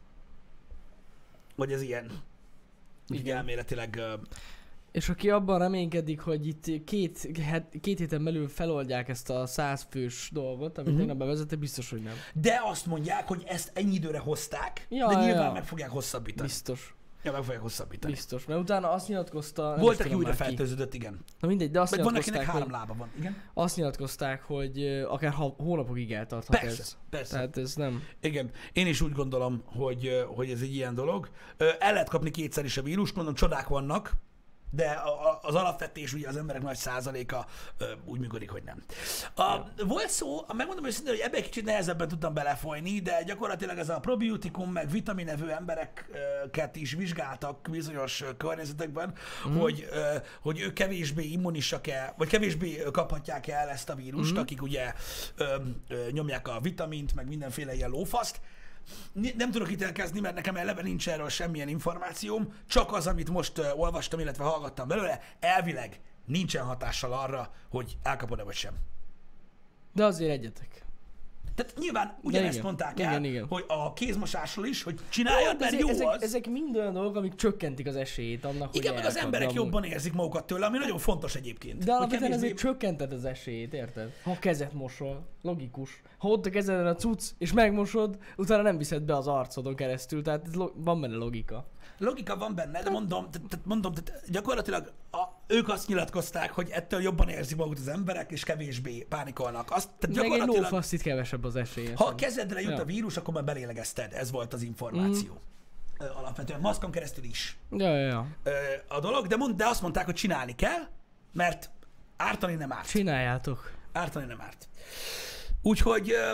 hogy ez ilyen. Úgy Igen. elméletileg... ö, És aki abban reménykedik, hogy itt két, het, két héten belül feloldják ezt a száz fős dolgot, amit Mhm. tegnap bevezettek, biztos, hogy nem. De azt mondják, hogy ezt ennyi időre hozták, Ja, de nyilván ja. meg fogják hosszabbítani. Biztos. Ja, meg fogják hosszabbítani. Biztos. Mert utána azt nyilatkozta... nem Volt, is aki tudom újra már ki. fertőződött, igen. Na mindegy, de azt Meg van, akinek nyilatkozták, három hogy, lába van, igen. azt nyilatkozták, hogy ö, akár ha, hónapokig eltarthat Persze, ez. persze. Tehát ez nem... Igen, én is úgy gondolom, hogy, ö, hogy ez egy ilyen dolog. Ö, El lehet kapni kétszer is a vírust, mondom, csodák vannak, de a- a- az alapvetés, ugye az emberek nagy százaléka ö, úgy működik, hogy nem. A, volt szó, megmondom őszintén, hogy ebbe egy kicsit nehezebben tudtam belefolyni, de gyakorlatilag ez a probiotikum, meg vitaminevő embereket is vizsgáltak bizonyos ö, környezetekben, mm. hogy, ö, hogy ők kevésbé immunisak-e, vagy kevésbé kaphatják el ezt a vírust, mm. akik ugye ö, ö, nyomják a vitamint, meg mindenféle ilyen lófaszt. Ni- Nem tudok ítélkezni, mert nekem eleve nincs erről semmilyen információm, csak az, amit most uh, olvastam, illetve hallgattam belőle, elvileg nincsen hatással arra, hogy elkapod-e vagy sem. De azért egyetek. Tehát nyilván ugyanezt igen. mondták Igen, el, igen. hogy a kézmosásról is, hogy csináljad, mert ezek, jó ezek, az. ezek mind olyan dolgok, amik csökkentik az esélyét annak, Igen, hogy meg az elkapd, emberek amúgy. jobban érzik magukat tőle, ami nagyon fontos egyébként. De hogy alapvetően kevésbé- ezért csökkented az esélyét, érted? Ha kezet mosol, logikus. Ha ott a kezeden a cucc, és megmosod, utána nem viszed be az arcodon keresztül, tehát ez lo- van benne logika. Logika van benne, de mondom, tehát, tehát mondom, tehát gyakorlatilag a, ők azt nyilatkozták, hogy ettől jobban érzik magukat az emberek, és kevésbé pánikolnak. Azt, tehát Meg egy gyakorlatilag, lófaszt itt kevesebb az esélye. ha a kezedre jut Ja. a vírus, akkor már belélegezted. Ez volt az információ. Mm. ö, alapvetően, maszkon keresztül is Ja, ja, ja. ö, a dolog, de, mond, de azt mondták, hogy csinálni kell, mert ártani nem árt. Csináljátok. Ártani nem árt. Úgyhogy, ö,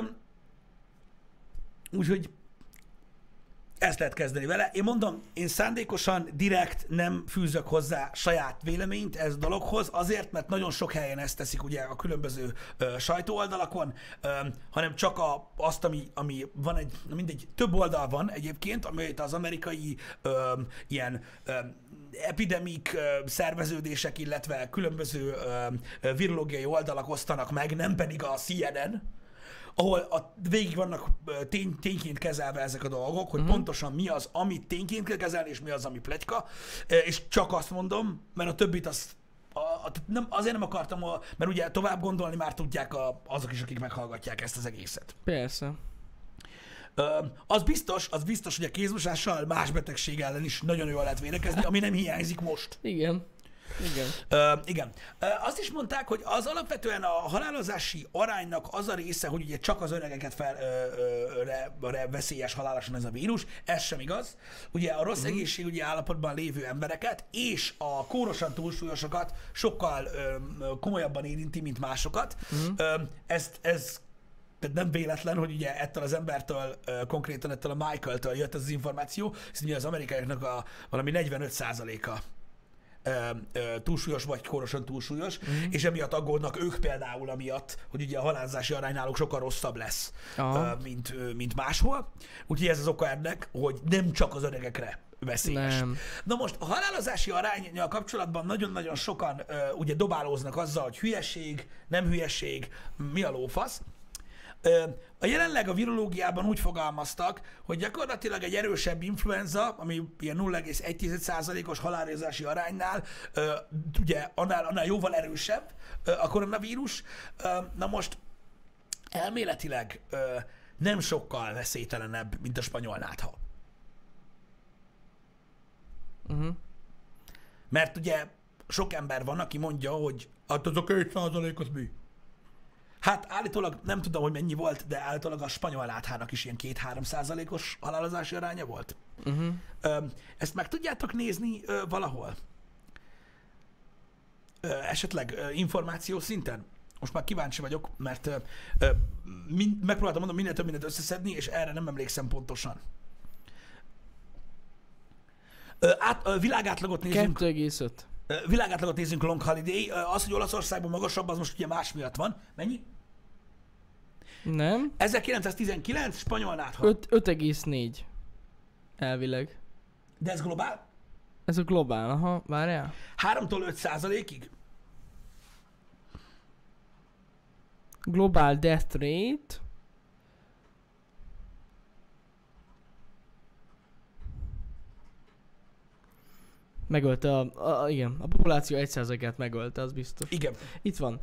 úgyhogy ezt lehet kezdeni vele. Én mondom, én szándékosan direkt nem fűzök hozzá saját véleményt ez a dologhoz, azért, mert nagyon sok helyen ezt teszik ugye a különböző ö, sajtóoldalakon, ö, hanem csak a, azt, ami, ami van egy, mindegy, több oldal van egyébként, amit az amerikai ö, ilyen ö, epidemik ö, szerveződések, illetve különböző ö, ö, virológiai oldalak osztanak meg, nem pedig a C N N, ahol a, végig vannak tény, tényként kezelve ezek a dolgok, hogy uh-huh. pontosan mi az, amit tényként kell kezelni, és mi az, ami pletyka, és csak azt mondom, mert a többit azt, a, a, nem, azért nem akartam, mert ugye tovább gondolni már tudják a, azok is, akik meghallgatják ezt az egészet. Persze. Ö, az biztos, az biztos, hogy a kézmosással más betegség ellen is nagyon jól lehet védekezni, ami nem hiányzik most. Igen. Igen. Ö, igen. Ö, azt is mondták, hogy az alapvetően a halálozási aránynak az a része, hogy ugye csak az öregeket fel, ö, ö, re, re veszélyes halálosan ez a vírus, ez sem igaz. Ugye a rossz uh-huh. egészségügyi állapotban lévő embereket és a kórosan túlsúlyosokat sokkal ö, komolyabban érinti, mint másokat. Uh-huh. Ö, ezt, ez tehát nem véletlen, hogy ugye ettől az embertől, ö, konkrétan ettől a Michael-től jött ez az információ, hiszen ugye az amerikaiaknak a valami negyvenöt százaléka Ö, ö, túlsúlyos vagy kórosan túlsúlyos, mm. és emiatt aggódnak ők például amiatt, hogy ugye a halálozási arány náluk sokkal rosszabb lesz, ö, mint, ö, mint máshol. Úgyhogy ez az oka ennek, hogy nem csak az öregekre veszélyes. Nem. Na most a halálozási aránnyal kapcsolatban nagyon-nagyon sokan ö, ugye dobálóznak azzal, hogy hülyeség, nem hülyeség, mi a lófasz. A jelenleg a virológiában úgy fogalmaztak, hogy gyakorlatilag egy erősebb influenza, ami ilyen nulla egész egy százalékos halálozási aránynál, ugye annál, annál jóval erősebb a koronavírus. Na most elméletileg nem sokkal veszélytelenebb, mint a spanyol nátha. Uh-huh. Mert ugye sok ember van, aki mondja, hogy hát az a két százalék az mi? Hát állítólag nem tudom, hogy mennyi volt, de állítólag a spanyol náthának is ilyen két-három százalékos halálozási aránya volt. Uh-huh. Ezt meg tudjátok nézni ö, valahol? Ö, esetleg ö, információ szinten? Most már kíváncsi vagyok, mert ö, ö, min, megpróbáltam mondom minél több mindent összeszedni, és erre nem emlékszem pontosan. Ö, át, ö, világátlagot nézünk. kettő egész öt. Világátlagot nézzünk Long Holiday. Az, hogy Olaszországban magasabb, az most ugye más miatt van. Mennyi? Nem. ezerkilencszáztizenkilenc, spanyol nátha. öt egész négy. Elvileg. De ez globál? Ez a globál, aha, várjál. háromtól öt százalékig? Global death rate. Megölte a, a, a, igen, a populáció egy százalékát megölte, az biztos. Igen. Itt van.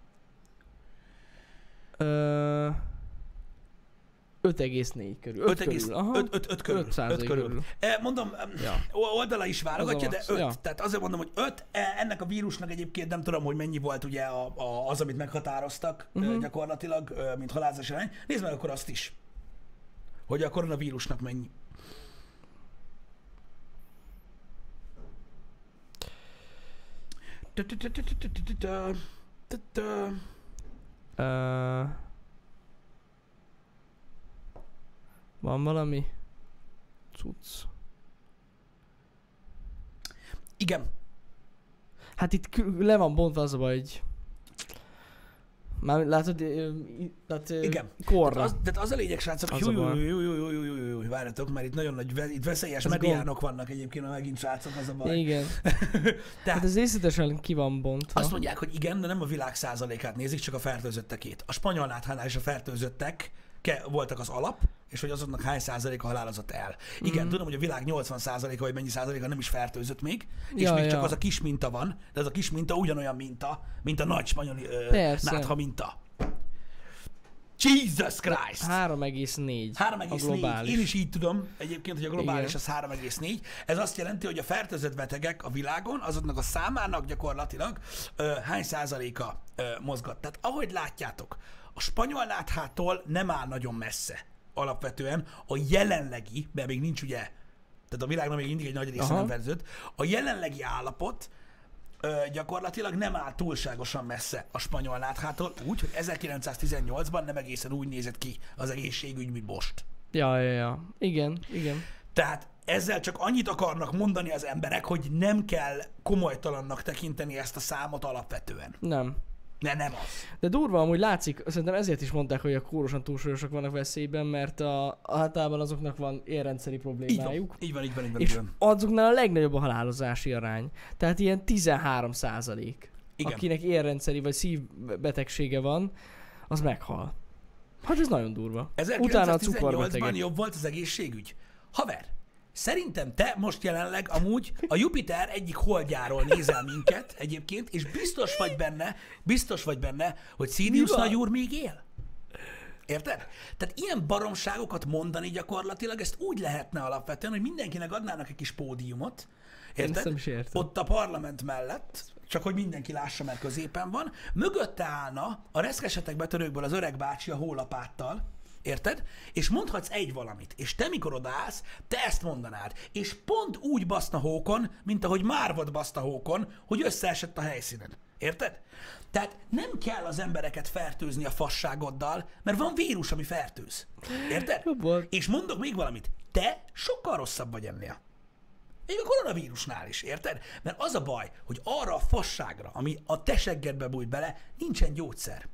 Ö, öt egész négy körül. öt körül. Aha. öt, öt, öt körül. öt százalék körül. körül. E, mondom, ja. oldala is válogatja, de öt. Ja. Tehát azért mondom, hogy öt. Ennek a vírusnak egyébként nem tudom, hogy mennyi volt ugye a, a, az, amit meghatároztak uh-huh. gyakorlatilag, mint halálozási arány. Nézd meg akkor azt is, hogy a koronavírusnak mennyi. Uh, van valami cucc? Igen. Hát itt kü- le van bontva az a baj, hogy már látod, tehát igen. korra. Tehát az, tehát az a lényeg, srácok, hogy jó, jó, jó, jó, jó, jó, jó, jó, jó, várjatok, mert itt nagyon nagy, itt veszélyes mediánok vannak egyébként, megint srácok, az a baj. Igen. Tehát hát ez részletesen ki van bontva. Azt mondják, hogy igen, de nem a világ százalékát nézik, csak a fertőzöttekét. A spanyol náthánál is a fertőzöttek voltak az alap, és hogy azoknak hány százaléka halálozott el. Igen, mm. tudom, hogy a világ nyolcvan százaléka, vagy mennyi százaléka nem is fertőzött még, és ja, még ja. csak az a kis minta van, de az a kis minta ugyanolyan minta, mint a nagy spanyol uh, nátha minta. Jesus Christ! három egész négy. három egész négy. Én is így tudom egyébként, hogy a globális igen. az három egész négy. Ez azt jelenti, hogy a fertőzött betegek a világon, azoknak a számának gyakorlatilag uh, hány százaléka uh, mozgat. Tehát ahogy látjátok, a spanyol náthától nem áll nagyon messze alapvetően a jelenlegi, mert még nincs ugye, tehát a világnak még mindig egy nagy része Aha. nem fertőzött. A jelenlegi állapot ö, gyakorlatilag nem áll túlságosan messze a spanyol náthától, úgy, hogy ezerkilencszáztizennyolcban nem egészen úgy nézett ki az egészségügy, mint most. Ja, ja, ja. Igen, igen. Tehát ezzel csak annyit akarnak mondani az emberek, hogy nem kell komolytalannak tekinteni ezt a számot alapvetően. Nem. Ne, nem az. De durva, amúgy látszik, szerintem ezért is mondták, hogy a kórosan túlsúlyosak vannak veszélyben, mert a, általában azoknak van érrendszeri Így van, problémájuk. így van, így van, így van. És így van. azoknál a legnagyobb a halálozási arány. Tehát ilyen tizenhárom százalék, Igen. akinek érrendszeri vagy szívbetegsége van, az meghal. Hát ez nagyon durva. Utána a ezerkilencszáztizennyolcban cukorbetegek. jobb volt az egészségügy. Haver, szerintem te most jelenleg amúgy a Jupiter egyik holdjáról nézel minket egyébként, és biztos vagy benne, biztos vagy benne, hogy Sirius Mi van? nagyúr még él. Érted? Tehát ilyen baromságokat mondani gyakorlatilag, ezt úgy lehetne alapvetően, hogy mindenkinek adnának egy kis pódiumot, Én ezt érted? nem is értem. Ott a parlament mellett, csak hogy mindenki lássa, mert középen van, mögötte állna a reszkesetek betörőkből az öreg bácsi a hólapáttal, érted? És mondhatsz egy valamit, és te mikor odaállsz, te ezt mondanád. És pont úgy baszna Hókon, mint ahogy Márvad baszta Hókon, hogy összeesett a helyszínen. Érted? Tehát nem kell az embereket fertőzni a fasságoddal, mert van vírus, ami fertőz. Érted? Jobb volt. És mondok még valamit. Te sokkal rosszabb vagy ennél. Még a koronavírusnál is, érted? Mert az a baj, hogy arra a fasságra, ami a te seggedbe bújt bele, nincsen gyógyszer.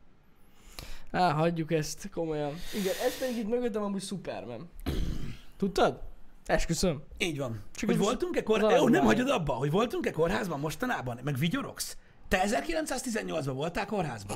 Á, hagyjuk ezt, komolyan. Igen, ez pedig itt mögöttem amúgy Superman. Tudtad? Esküszöm. Így van. Csak hogy az- voltunk-e az kórházban? Jó, nem alapvány. hagyod abba, hogy voltunk-e kórházban mostanában? Meg vigyorogsz? Te ezerkilencszáztizennyolcban voltál kórházban?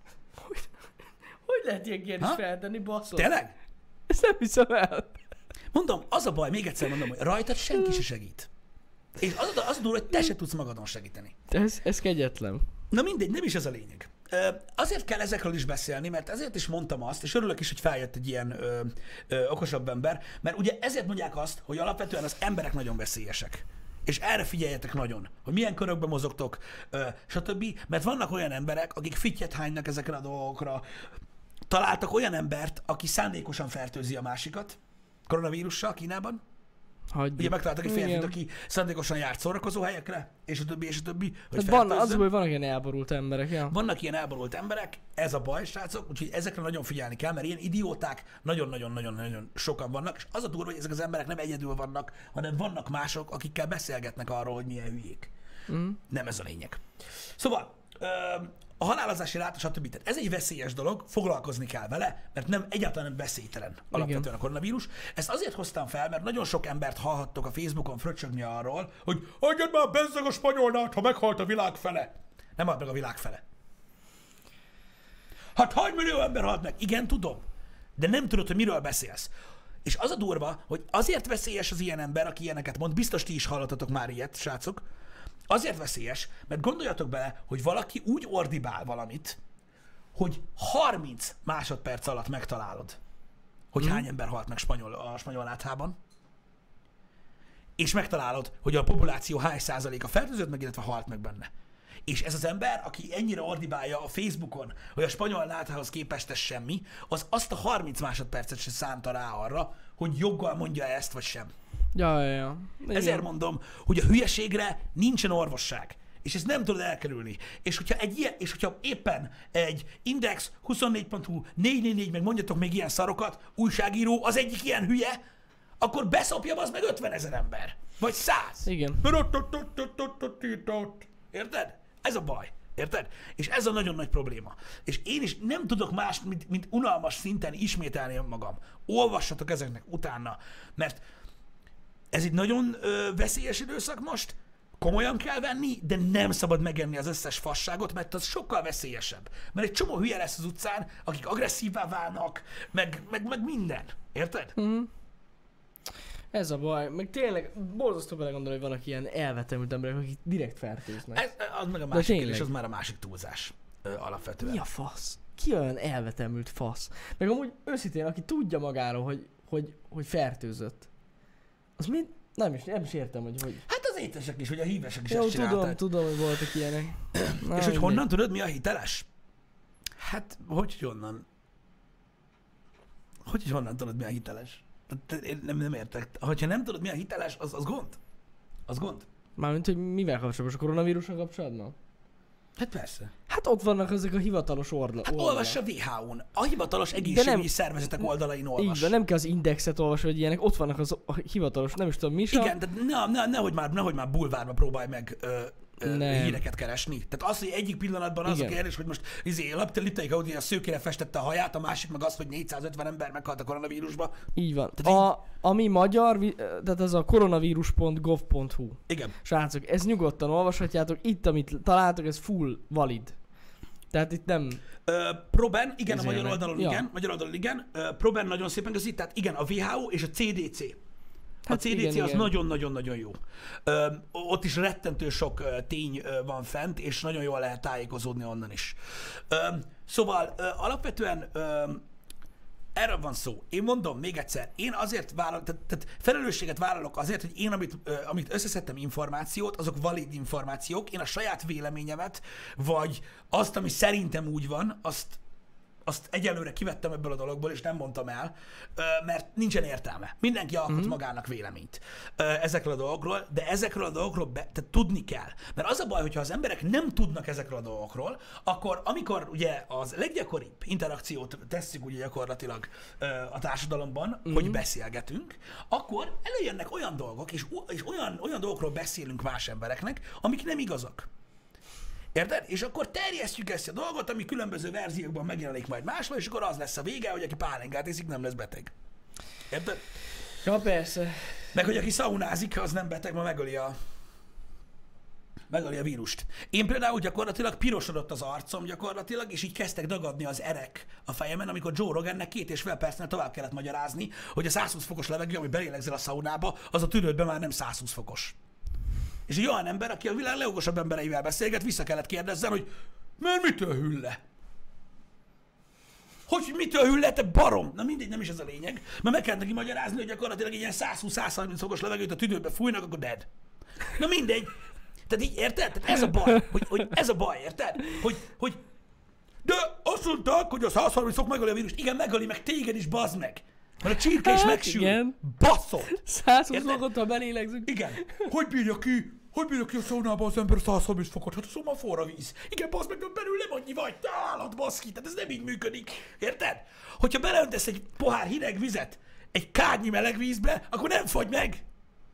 Hogy lehet ilyen kérdést Ha? feltenni, basszol? Tényleg? Ezt nem hiszem el. Mondom, az a baj, még egyszer mondom, hogy rajtad senki se segít. És az a, az a durva, hogy te se tudsz magadon segíteni. Ez, ez kegyetlen. Na mindegy, nem is ez a lényeg. Ö, azért kell ezekről is beszélni, mert ezért is mondtam azt, és örülök is, hogy feljött egy ilyen ö, ö, okosabb ember, mert ugye ezért mondják azt, hogy alapvetően az emberek nagyon veszélyesek. És erre figyeljetek nagyon, hogy milyen körökben mozogtok, ö, stb. Mert vannak olyan emberek, akik fittyet hánynak ezekre a dolgokra. Találtak olyan embert, aki szándékosan fertőzi a másikat, koronavírussal Kínában. Hagyjuk. Ugye megtaláltak egy férfit, Igen. aki szándékosan járt szórakozó helyekre, és a többi, és a többi, hogy Hát van, az, fertőzzön. hogy vannak ilyen elborult emberek, ja. Vannak ilyen elborult emberek, ez a baj, srácok, úgyhogy ezekre nagyon figyelni kell, mert ilyen idióták nagyon-nagyon-nagyon-nagyon sokan vannak, és az a durva, hogy ezek az emberek nem egyedül vannak, hanem vannak mások, akikkel beszélgetnek arról, hogy milyen hülyék. Mm. Nem ez a lényeg. Szóval, ö, a halálozási ráta, stb. Tehát ez egy veszélyes dolog, foglalkozni kell vele, mert nem egyáltalán nem veszélytelen alapvetően Igen. a koronavírus. Ezt azért hoztam fel, mert nagyon sok embert hallhattok a Facebookon fröcsögni arról, hogy hagyjad már bezzeg a spanyolnát, ha meghalt a világ fele. Nem halt meg a világ fele. Hát hány millió ember halt meg? Igen, tudom. De nem tudod, hogy miről beszélsz. És az a durva, hogy azért veszélyes az ilyen ember, aki ilyeneket mond, biztos ti is hallottatok már ilyet, srácok, azért veszélyes, mert gondoljatok bele, hogy valaki úgy ordibál valamit, hogy harminc másodperc alatt megtalálod, hogy hány ember halt meg spanyol, a spanyol náthában, és megtalálod, hogy a populáció hány százaléka fertőzött meg, illetve halt meg benne. És ez az ember, aki ennyire ordibálja a Facebookon, hogy a spanyol náthához képest ez semmi, az azt a harminc másodpercet se szánta rá arra, hogy joggal mondja ezt, vagy sem. Ja, ja, ja. Igen. Ezért mondom, hogy a hülyeségre nincsen orvosság. És ezt nem tudod elkerülni. És hogyha, egy ilyen, és hogyha éppen egy Index, huszonnégy pont hu, négy négy négy, meg mondjatok még ilyen szarokat, újságíró, az egyik ilyen hülye, akkor beszopja az meg ötven ezer ember. Vagy száz. Igen. Érted? Ez a baj. Érted? És ez a nagyon nagy probléma. És én is nem tudok más, mint, mint unalmas szinten ismételni önmagam. Olvassatok ezeknek utána, mert ez egy nagyon ö, veszélyes időszak most, komolyan kell venni, de nem szabad megenni az összes fasságot, mert az sokkal veszélyesebb. Mert egy csomó hülye lesz az utcán, akik agresszívá válnak, meg, meg, meg minden. Érted? Mm. Ez a baj. Meg tényleg borzasztó belegondolni, hogy vannak ilyen elvetemült emberek, akik direkt fertőznek. Ez, az meg a másik tényleg. kérdés, az már a másik túlzás ö, alapvetően. Mi a fasz? Ki olyan elvetemült fasz? Meg amúgy őszintén, aki tudja magáról, hogy, hogy, hogy fertőzött, az mind nem is, nem is értem, hogy hogy. Hát az étesek is, hogy a hívesek is Jó, ezt tudom, csinálták. tudom, hogy voltak ilyenek. Na, És hogy mindegy. honnan tudod, mi a hiteles? Hát, hogy hogy honnan? Hogy hogy honnan tudod, mi a hiteles? Tehát én nem, nem értek. Ha nem tudod, mi a hiteles, az, az gond. Az gond. Mármint, hogy mivel kapcsolatban? A koronavírussal kapcsolatban? Hát persze. Hát ott vannak ezek a hivatalos orla, Hát oldalak. olvassa a vé há ó-n. A hivatalos egészségügyi nem, szervezetek oldalain olvas. Így van, nem kell az indexet olvasni, vagy ilyenek, ott vannak az a hivatalos, nem is tudom mi is. Igen, de ne, ne, nehogy, már, nehogy már bulvárba próbálj meg ö, ö, híreket keresni. Tehát az, hogy egyik pillanatban az Igen. a kérdés, hogy most izé, Liptai Gaudi a szőkére festette a haját, a másik meg az, hogy négyszázötven ember meghalt a koronavírusba. Így van. Tehát a, így... Ami magyar, tehát ez a koronavírus pont gov pont hu. Igen. Srácok, ezt nyugodtan olvashatjátok, itt, amit találtok, ez full valid. Tehát itt nem... Uh, Proben, igen, a magyar Ezért oldalon ja. igen, magyar oldalon igen. Uh, Proben nagyon szépen közi, tehát igen, a vé há ó és a cé dé cé. Hát a cé dé cé igen, az igen. nagyon-nagyon-nagyon jó. Uh, ott is rettentő sok uh, tény uh, van fent, és nagyon jól lehet tájékozódni onnan is. Uh, szóval uh, alapvetően uh, erről van szó. Én mondom még egyszer, én azért vállalok, tehát, tehát felelősséget vállalok azért, hogy én, amit, uh, amit összeszedtem információt, azok valid információk, én a saját véleményemet, vagy azt, ami szerintem úgy van, azt azt egyelőre kivettem ebből a dologból, és nem mondtam el, mert nincsen értelme. Mindenki alkot mm-hmm. magának véleményt ezekről a dolgokról, de ezekről a dolgokról be, tehát tudni kell. Mert az a baj, hogyha az emberek nem tudnak ezekről a dolgokról, akkor amikor ugye az leggyakoribb interakciót tesszük ugye gyakorlatilag a társadalomban, mm-hmm. hogy beszélgetünk, akkor előjönnek olyan dolgok, és, és olyan, olyan dolgokról beszélünk más embereknek, amik nem igazak. Érted? És akkor terjesztjük ezt a dolgot, ami különböző verziókban megjelenik majd máshol, és akkor az lesz a vége, hogy aki pálinkát iszik, nem lesz beteg. Érted? Ja, persze. Meg hogy aki szaunázik, az nem beteg, ma megöli a, megöli a vírust. Én például gyakorlatilag pirosodott az arcom gyakorlatilag, és így kezdtek dagadni az erek a fejemen, amikor Joe Rogannek két és fél percnél tovább kellett magyarázni, hogy a százhúsz fokos levegő, ami belélegzel a szaunába, az a tüdődben már nem százhúsz fokos. És egy olyan ember, aki a világ legokosabb embereivel beszélget, vissza kellett kérdezzen, hogy mert mitől hűl le? Hogy mitől hűl le, te barom? Na mindegy, nem is ez a lényeg. Mert meg kellett neki magyarázni, hogy gyakorlatilag egy ilyen százhúsz-százharminc fokos levegőt a tüdőbe fújnak, akkor dead. Na mindegy. Tehát így, érted? Tehát ez a baj, hogy, hogy ez a baj, érted? Hogy, hogy de azt mondták, hogy a százharminc fok megöli a vírust. Igen, megöli meg téged is, bazd meg. Mert a csirke is hát, megsül. Baszod! százhúsz fokot, ha belélegzünk. Igen. Hogy bírja ki? Hogy bírja ki a szaunába az ember százharminc fokot? Hát a szóval forra víz. Igen, baszd meg, belül nem annyi vagy. Te állat, baszki. Tehát ez nem így működik. Érted? Hogyha beleöntesz egy pohár hideg vizet egy kádnyi meleg vízbe, akkor nem fagy meg.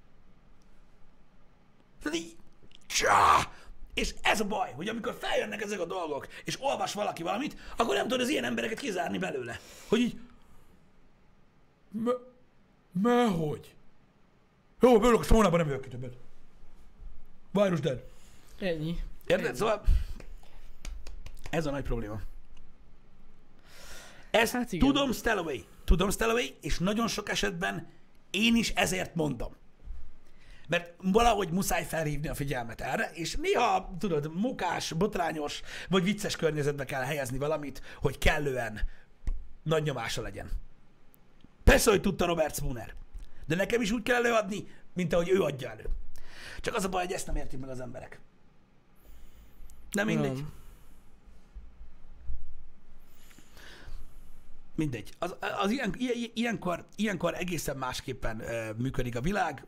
Tehát így... Csá! És ez a baj, hogy amikor feljönnek ezek a dolgok, és olvas valaki valamit, akkor nem tudod az ilyen embereket kizárni belőle. Hogy így... Me... Mehogy? Jó, belőlök a saunában, nem jövök ki többet. Virus dead. Ennyi. Érted? Ennyi. Szóval ez a nagy probléma. Ezt hát tudom, Stellaway. Tudom, Stellaway, és nagyon sok esetben én is ezért mondom. Mert valahogy muszáj felhívni a figyelmet erre, és néha, tudod, mukás, botrányos, vagy vicces környezetbe kell helyezni valamit, hogy kellően nagy nyomása legyen. Persze, hogy tudta Robert Spooner, de nekem is úgy kell előadni, mint ahogy ő adja elő. Csak az a baj, hogy ezt nem értik meg az emberek. Nem mindegy. Nem. Mindegy. Az, az ilyen, ilyen, ilyenkor, ilyenkor egészen másképpen uh, működik a világ.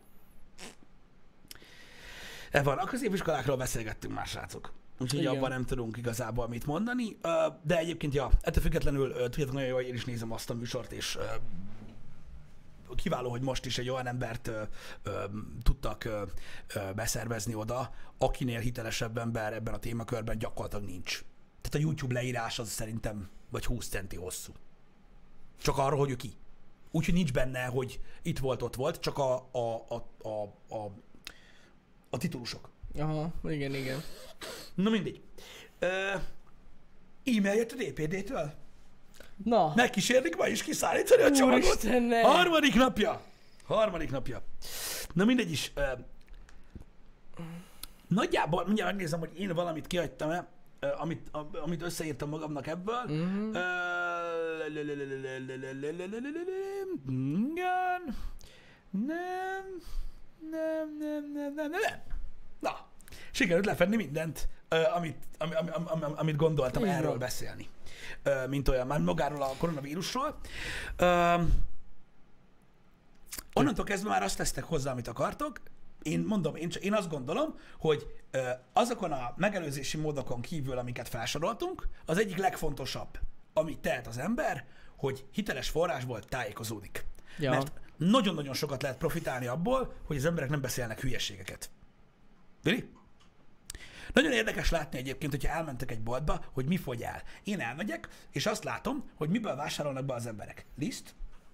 E van, a középiskolákról beszélgettünk már, srácok. Úgyhogy igen. Abban nem tudunk igazából mit mondani. Uh, de egyébként, ja, ettől függetlenül uh, tudjátok nagyon jó, hogy én is nézem azt a műsort, és uh, kiváló, hogy most is egy olyan embert ö, ö, tudtak ö, ö, beszervezni oda, akinél hitelesebb ember ebben a témakörben gyakorlatilag nincs. Tehát a YouTube leírás az szerintem vagy húsz centi hosszú. Csak arra, hogy ő ki. Úgyhogy nincs benne, hogy itt volt, ott volt, csak a, a, a, a, a, a titulusok. Aha, igen, igen. Na mindegy. Ö, e-mail jött a dé pé dé-től? Na. Megkísérlik ma is kiszállítani a csomagot. Istennek. Harmadik napja. Harmadik napja. Na mindegy is. Uh, nagyjából, mindjárt megnézem, hogy én valamit kihagytam-e, uh, amit, uh, amit összeírtam magamnak ebből. Mm-hmm. Igen. Nem. Nem, nem, nem, nem, nem. Na, sikerült lefedni mindent, uh, amit, am, am, am, am, amit gondoltam igen. Erről beszélni. Uh, mint olyan, már magáról a koronavírusról. Uh, Onnantól kezdve már azt tesztek hozzá, amit akartok. Én mondom, én, csak, én azt gondolom, hogy ö, azokon a megelőzési módokon kívül, amiket felsoroltunk, az egyik legfontosabb, amit tehet az ember, hogy hiteles forrásból tájékozódik. Ja. Mert nagyon-nagyon sokat lehet profitálni abból, hogy az emberek nem beszélnek hülyeségeket. Vili? Nagyon érdekes látni egyébként, hogyha elmentek egy boltba, hogy mi fogy el. Én elmegyek, és azt látom, hogy miből vásárolnak be az emberek. Liszt,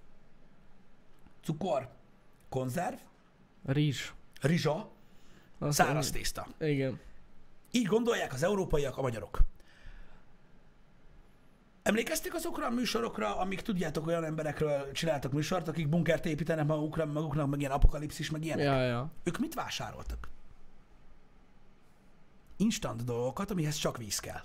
cukor, konzerv, Rizs. rizsa, Azt száraz mondom. tészta. Igen. Így gondolják az európaiak, a magyarok. Emlékeztek azokra a műsorokra, amik tudjátok, olyan emberekről csináltak műsort, akik bunkert építenek magukra, maguknak, meg ilyen apokalipszis, meg ilyenek? Ja, ja. Ők mit vásároltak? Instant dolgokat, amihez csak víz kell.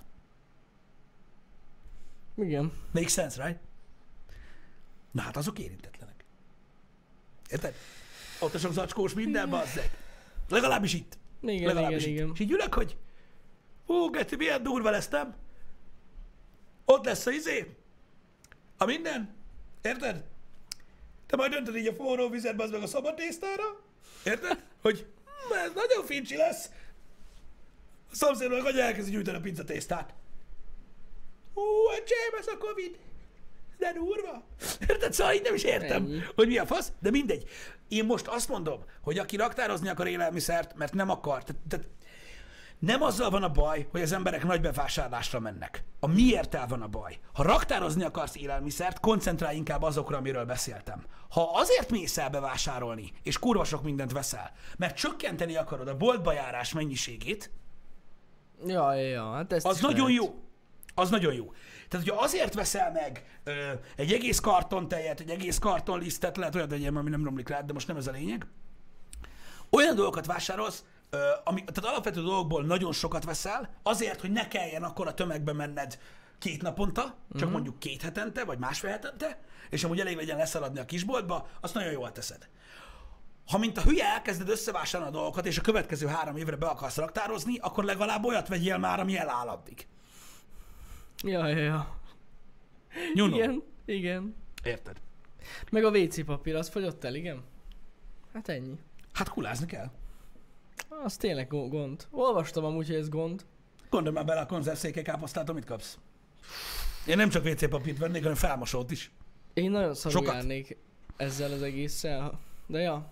Igen. Make sense, right? Na hát azok érintetlenek. Érted? Ott a sok zacskós minden, bazzeg. Legalábbis itt. Igen, Legalábbis igen, itt. igen. És így ülök, hogy hú, Geci, milyen durva lesz, nem? Ott lesz a izé, a minden, érted? Te majd öntöd így a forró vizet, az meg a szabad tésztára, érted? Hogy hm, ez nagyon fincsi lesz. A szomszédban meg anya elkezdi gyűjteni a pizza tésztát. Hú, öcsém, ez a Covid. De durva. Érted? Szóval így nem is értem, Ennyi. hogy mi a fasz, de mindegy. Én most azt mondom, hogy aki raktározni akar élelmiszert, mert nem akar, tehát, tehát nem azzal van a baj, hogy az emberek nagy bevásárlásra mennek. A miérttel van a baj. Ha raktározni akarsz élelmiszert, koncentrálj inkább azokra, amiről beszéltem. Ha azért mész el bevásárolni, és kurva sok mindent veszel, mert csökkenteni akarod a boltba járás mennyiségét, Ja, ja, ja. Hát ezt az is nagyon lehet. jó. Az nagyon jó. Tehát, hogyha azért veszel meg ö, egy egész karton tejet, egy egész karton lisztet, lehet olyat egyem, ami nem romlik rá, de most nem ez a lényeg. Olyan dolgokat vásárolsz, ö, ami, tehát alapvető dolgokból nagyon sokat veszel, azért, hogy ne kelljen akkor a tömegbe menned két naponta, csak Mhm. uh-huh. mondjuk két hetente, vagy másfél hetente, és amúgy elég legyen leszaladni a kisboltba, azt nagyon jól teszed. Ha mint a hülye elkezded összevásárolni a dolgokat, és a következő három évre be akarsz raktározni, akkor legalább olyat vegyél már, ami eláll addig. Ja, ja, ja. Nyunom. Igen, igen. Érted? Meg a vé cé papír, az fogyott el, igen? Hát ennyi. Hát kulázni kell. Az tényleg go- gond. Olvastam amúgy, hogy ez gond. Gondolj már bele a konzervszékely káposztát, mit kapsz. Én nem csak vé cé papírt vennék, hanem felmosót is. Én nagyon szarul Sokat. járnék ezzel az egésszel. De ja.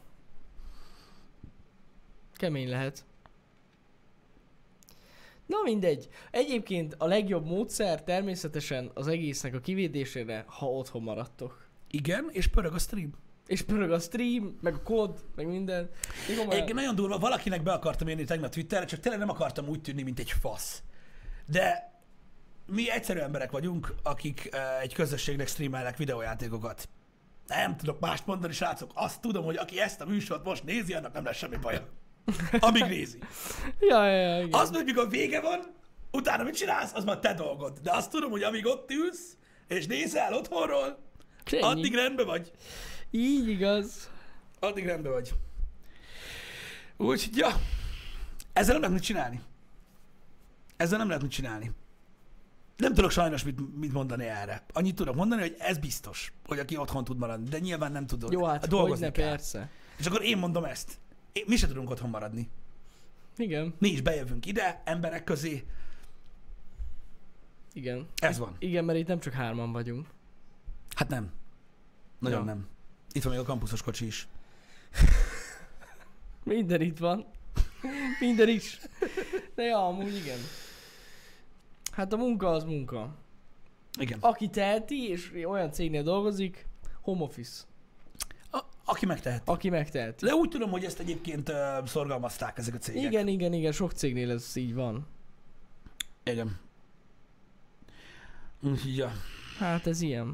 Kemény lehet. Na mindegy. Egyébként a legjobb módszer természetesen az egésznek a kivédésére, ha otthon maradtok. Igen, és pörög a stream. És pörög a stream, meg a kód, meg minden. Én komolyan- Egyébként nagyon durva, valakinek be akartam írni tegnap Twitterre, csak tényleg nem akartam úgy tűnni, mint egy fasz. De mi egyszerű emberek vagyunk, akik uh, egy közösségnek streamelnek videójátékokat. Nem tudok mást mondani, srácok. Azt tudom, hogy aki ezt a műsort most nézi, annak nem lesz semmi baja. Amíg nézi. Ja, ja, ja, igen. Az, hogy mikor vége van, utána mit csinálsz, az már te dolgod. De azt tudom, hogy amíg ott ülsz, és nézel otthonról, Ennyi. addig rendben vagy. Így igaz. Addig rendben vagy. Úgyhogy, ja, ezzel nem lehet mit csinálni. Ezzel nem lehet mit csinálni. Nem tudok sajnos mit, mit mondani erre. Annyit tudok mondani, hogy ez biztos, hogy aki otthon tud maradni, de nyilván nem tudod. Jó, hát dolgozni hogyne, kell. persze. És akkor én mondom ezt. Én, mi se tudunk otthon maradni. Igen, Mi is bejövünk ide, emberek közé. igen. Ez van. Igen, mert itt nem csak hárman vagyunk. Hát nem. Nagyon Ja. nem. Itt van még a kampuszos kocsi is. Minden itt van. Minden is. De ja, amúgy igen. Hát a munka az munka. Igen. Aki teheti, és olyan cégnél dolgozik, home office. A, aki megtehet. Aki megteheti. De úgy tudom, hogy ezt egyébként uh, szorgalmazták ezek a cégek. Igen, igen, igen, sok cégnél ez így van. Igen. Úgyhogy, ja. Hát ez ilyen.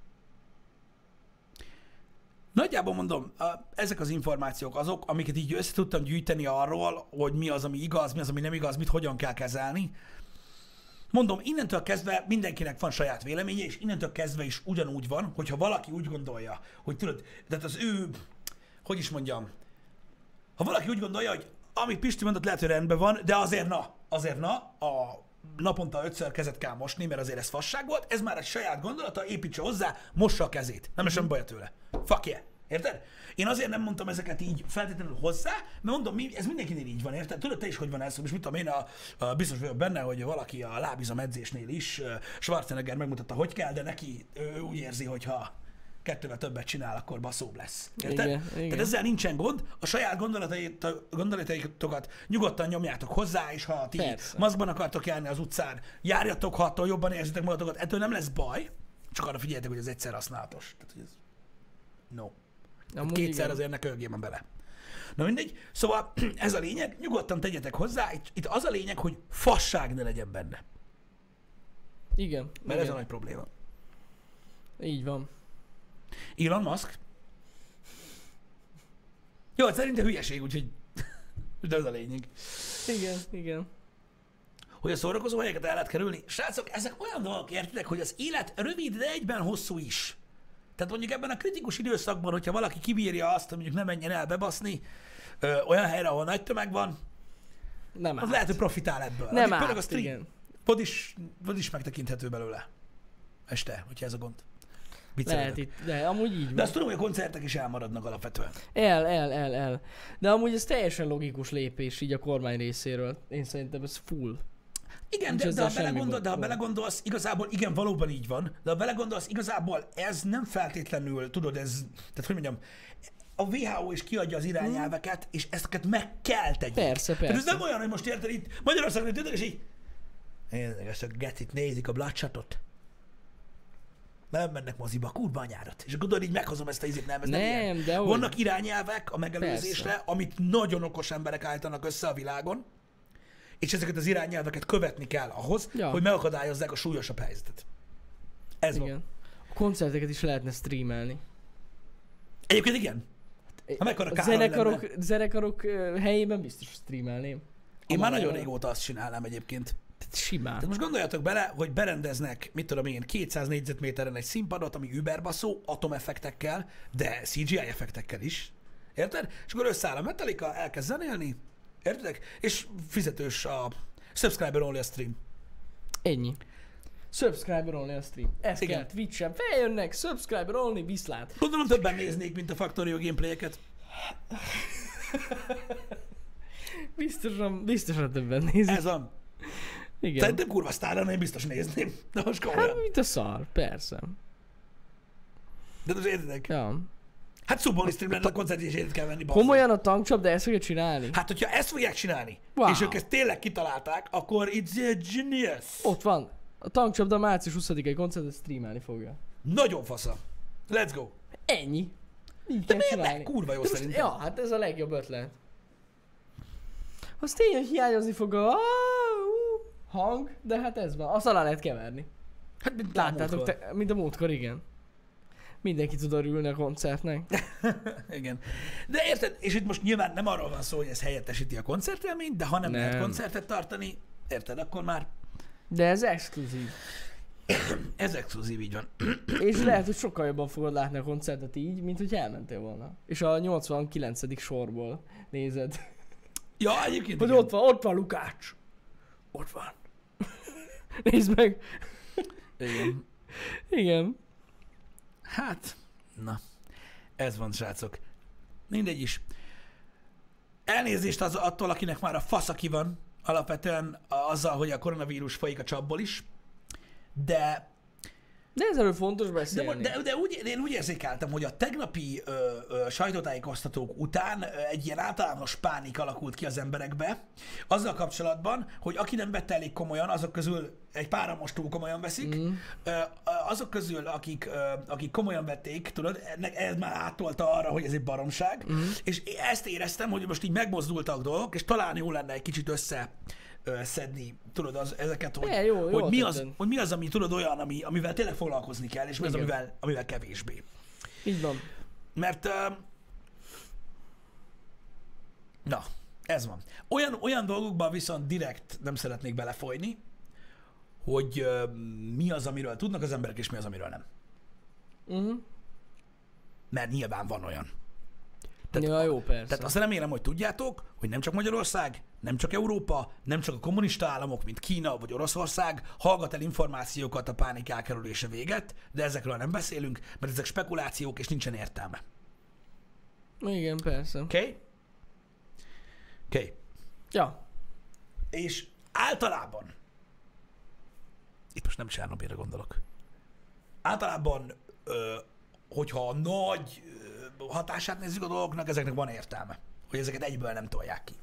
Nagyjából mondom, a- ezek az információk azok, amiket így össze tudtam gyűjteni arról, hogy mi az, ami igaz, mi az, ami nem igaz, mit hogyan kell kezelni. Mondom, innentől kezdve mindenkinek van saját véleménye, és innentől kezdve is ugyanúgy van, hogyha valaki úgy gondolja, hogy tudod, tehát az ő, hogy is mondjam, ha valaki úgy gondolja, hogy amit Pisti mondott, lehet, hogy rendben van, de azért na, azért na, a naponta ötször kezet kell mosni, mert azért ez fasság volt, ez már egy saját gondolata, építse hozzá, mossa a kezét. Nem lesz semmi baja tőle. Fuck yeah. Érted? Én azért nem mondtam ezeket így feltétlenül hozzá, mert mondom, mi, ez mindenkinél így van, érted? Tudod te is, hogy van ez, és mit tudom én, a, a, biztos vagyok benne, hogy valaki a lábizom edzésnél is, Schwarzenegger megmutatta, hogy kell, de neki ő úgy érzi, hogy ha kettővel többet csinál, akkor baszóbb lesz. Érted? Igen, igen. Tehát ezzel nincsen gond. A saját gondolatait, gondolataitokat nyugodtan nyomjátok hozzá, és ha ti Persze. maszkban akartok járni az utcán, járjatok, ha attól jobban érzitek magatokat, ettől nem lesz baj, csak arra figyeljetek, hogy ez egyszer használatos. Tehát, hogy ez... No. Amúgy Kétszer igen. azért ne kölgjem bele. Na mindegy. Szóval ez a lényeg, nyugodtan tegyetek hozzá, itt, itt az a lényeg, hogy fasság ne legyen benne. Igen. Mert igen. ez a nagy probléma. Így van. Elon Musk. Jó, hát szerintem hülyeség, úgyhogy de ez a lényeg. Igen, igen. Hogy a szórakozó helyeket el lehet kerülni. Srácok, ezek olyan dolgok, értitek, hogy az élet rövid, de egyben hosszú is. Tehát mondjuk ebben a kritikus időszakban, hogyha valaki kibírja azt, hogy mondjuk nem menjen el bebaszni ö, olyan helyre, ahol nagy tömeg van, Nem az árt. lehet, hogy profitál ebből. Nem Addig árt, például a stream, igen. Pod is, pod is megtekinthető belőle. Este, hogyha ez a gond. Lehet itt, de amúgy így De van. azt tudom, hogy a koncertek is elmaradnak alapvetően. El, el, el, el. De amúgy ez teljesen logikus lépés így a kormány részéről. Én szerintem ez full. Igen, Nincs de, de, ha ezzel semmi belegondol, de ha baj. belegondolsz, igazából igen, valóban így van, de ha belegondolsz, igazából ez nem feltétlenül, tudod, ez, tehát hogy mondjam, a vé há ó is kiadja az irányelveket, és ezeket meg kell tegyük. Persze, Tehát ez persze. nem olyan, hogy most érted itt Magyarországon, hogy és így, nézzük, ezt a getit nézik a Bloodshotot. Nem mennek moziba, kurva anyárat. És akkor tudod, így meghozom ezt a izét, nem, ez nem, Nem, ilyen. de hogy? Vannak irányelvek a megelőzésre, Persze. amit nagyon okos emberek állítanak össze a világon, és ezeket az irányelveket követni kell ahhoz, Ja. hogy megakadályozzák a súlyosabb helyzetet. Ez van. Igen. A koncerteket is lehetne streamelni. Egyébként igen. Ha mekkora A károly zenekarok, lenne. zenekarok ö, helyében biztos streamelném. Én már nagyon Amara- régóta azt csinálnám egyébként. Tehát simán. Tehát most gondoljatok bele, hogy berendeznek, mit tudom én, kétszáz négyzetméteren egy színpadot, ami überbaszó, atomeffektekkel, de cé gé i effektekkel is. Érted? És akkor összeáll a Metallica, elkezd zenélni, értedek? És fizetős a subscriber only a stream. Ennyi. Subscriber only a stream. Ez Igen. kell Twitch-en. Feljönnek, subscriber only, viszlát. Gondolom többen néznék, mint a Factorio gameplayeket. Biztosan, biztosan többen nézik. Ez van. Igen. Szerintem kurva sztárra, én biztos nézném. De most komolyan. Hát, mint a szar, persze. De most értedek? Ja. Hát Subonly stream lenne a koncert, és egyet kell venni. basszus. Komolyan a tankcsap, de ezt fogja csinálni? Hát, hogyha ezt fogják csinálni, Wow. és ők ezt tényleg kitalálták, akkor it's a genius. Ott van. A tankcsapda március huszadikai koncertet streamelni fogja. Nagyon fasza. Let's go. Ennyi. Így De kell miért csinálni. ne? Kurva jó De most- szerintem. Ja, hát ez a legjobb ötlet. Az tényleg hiányozni fog a hang, de hát ez van. Azt alá lehet keverni. Hát, mint Láttátok, múltkor. te, mint a múltkor, igen. Mindenki tud örülni a koncertnek. Igen. De érted, és itt most nyilván nem arról van szó, hogy ez helyettesíti a koncertélményt, de ha nem, Nem. lehet koncertet tartani, érted, akkor már De ez exkluzív. ez exkluzív, így van. És lehet, hogy sokkal jobban fogod látni a koncertet így, mint hogy elmentél volna. És a nyolcvankilencedik sorból nézed. Ja, egyébként Hogy igen. ott van, ott van Lukács. Ott van. Nézd meg. Igen. Igen. Hát, na, ez van, srácok. Mindegy is. Elnézést az, attól, akinek már a fasz, aki van, alapvetően azzal, hogy a koronavírus folyik a csapból is, de De ezzel fontos De, beszélni. de, de úgy, én úgy érzékeltem, hogy a tegnapi ö, ö, sajtótájékoztatók után ö, egy ilyen általános pánik alakult ki az emberekbe, azzal kapcsolatban, hogy aki nem vette elég komolyan, azok közül egy páran most túl komolyan veszik, Mm. ö, azok közül, akik, ö, akik komolyan vették, tudod, ennek, ez már átolta arra, hogy ez egy baromság, Mm. és ezt éreztem, hogy most így megmozdultak dolgok, és talán jó lenne egy kicsit össze ö, szedni, tudod, az, ezeket, hogy, E, jó, jó hogy, mi az, tetted. hogy mi az, ami tudod olyan, ami, amivel tényleg foglalkozni kell, és mi az, Igen. amivel, amivel kevésbé. Így van. Mert, uh, na, ez van. Olyan, olyan dolgokban viszont direkt nem szeretnék belefolyni, hogy uh, mi az, amiről tudnak az emberek, és mi az, amiről nem. Uh-huh. Mert nyilván van olyan. Tehát, Ja, jó, persze. tehát azt remélem, hogy tudjátok, hogy nem csak Magyarország, nem csak Európa, nem csak a kommunista államok, mint Kína vagy Oroszország hallgat el információkat a pánik elkerülése véget, de ezekről nem beszélünk, mert ezek spekulációk, és nincsen értelme. Igen, persze. Oké? Okay? Oké. Okay. Ja. És általában, itt most nem Csernobylre gondolok, általában, ö, hogyha a nagy ö, hatását nézzük a dolgoknak, ezeknek van értelme, hogy ezeket egyből nem tolják ki.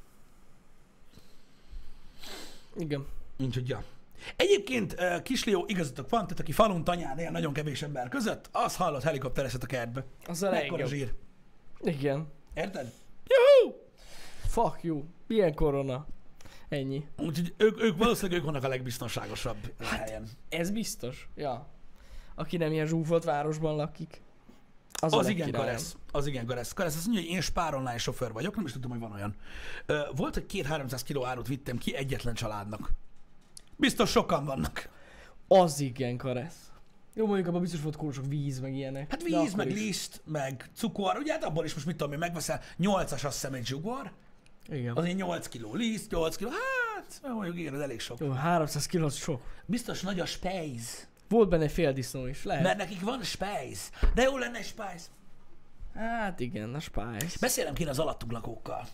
Igen. Úgyhogy ja. Egyébként uh, Kislió, igazatok van, tehát aki falun tanyán él nagyon kevés ember között, az hallott helikopterezhet a kertbe. Az a Mekkora legjobb. zsír. Igen. Érted? Juhu! Fuck you. Milyen korona. Ennyi. Úgyhogy ők, ők valószínűleg ők vannak a legbiztonságosabb hát, helyen. Ez biztos. Ja. Aki nem ilyen zsúfolt városban lakik. Az, Az igen karesz. Az igen karesz. Karesz azt mondja, hogy én spár online sofőr vagyok, nem is tudtam, hogy van olyan. Ö, volt, hogy két-háromszáz kiló árut vittem ki egyetlen családnak. Biztos sokan vannak. Az igen karesz. Jó, mondjuk abban biztos volt kórsok víz, meg ilyenek. Hát víz, meg is. Liszt, meg cukor. Ugye hát abból is most mit tudom én, megveszel nyolcas azt hiszem egy zsugor. Igen. Azért nyolc kiló liszt, nyolc kiló, hát mondjuk igen, ez elég sok. Jó, háromszáz kiló az sok. Biztos nagy a spejz. Volt benne fél disznó is, lehet. Mert nekik van spejz. De jó lenne egy spejz. Hát igen, a spice. Beszélnem kéne az alattunk lakókkal.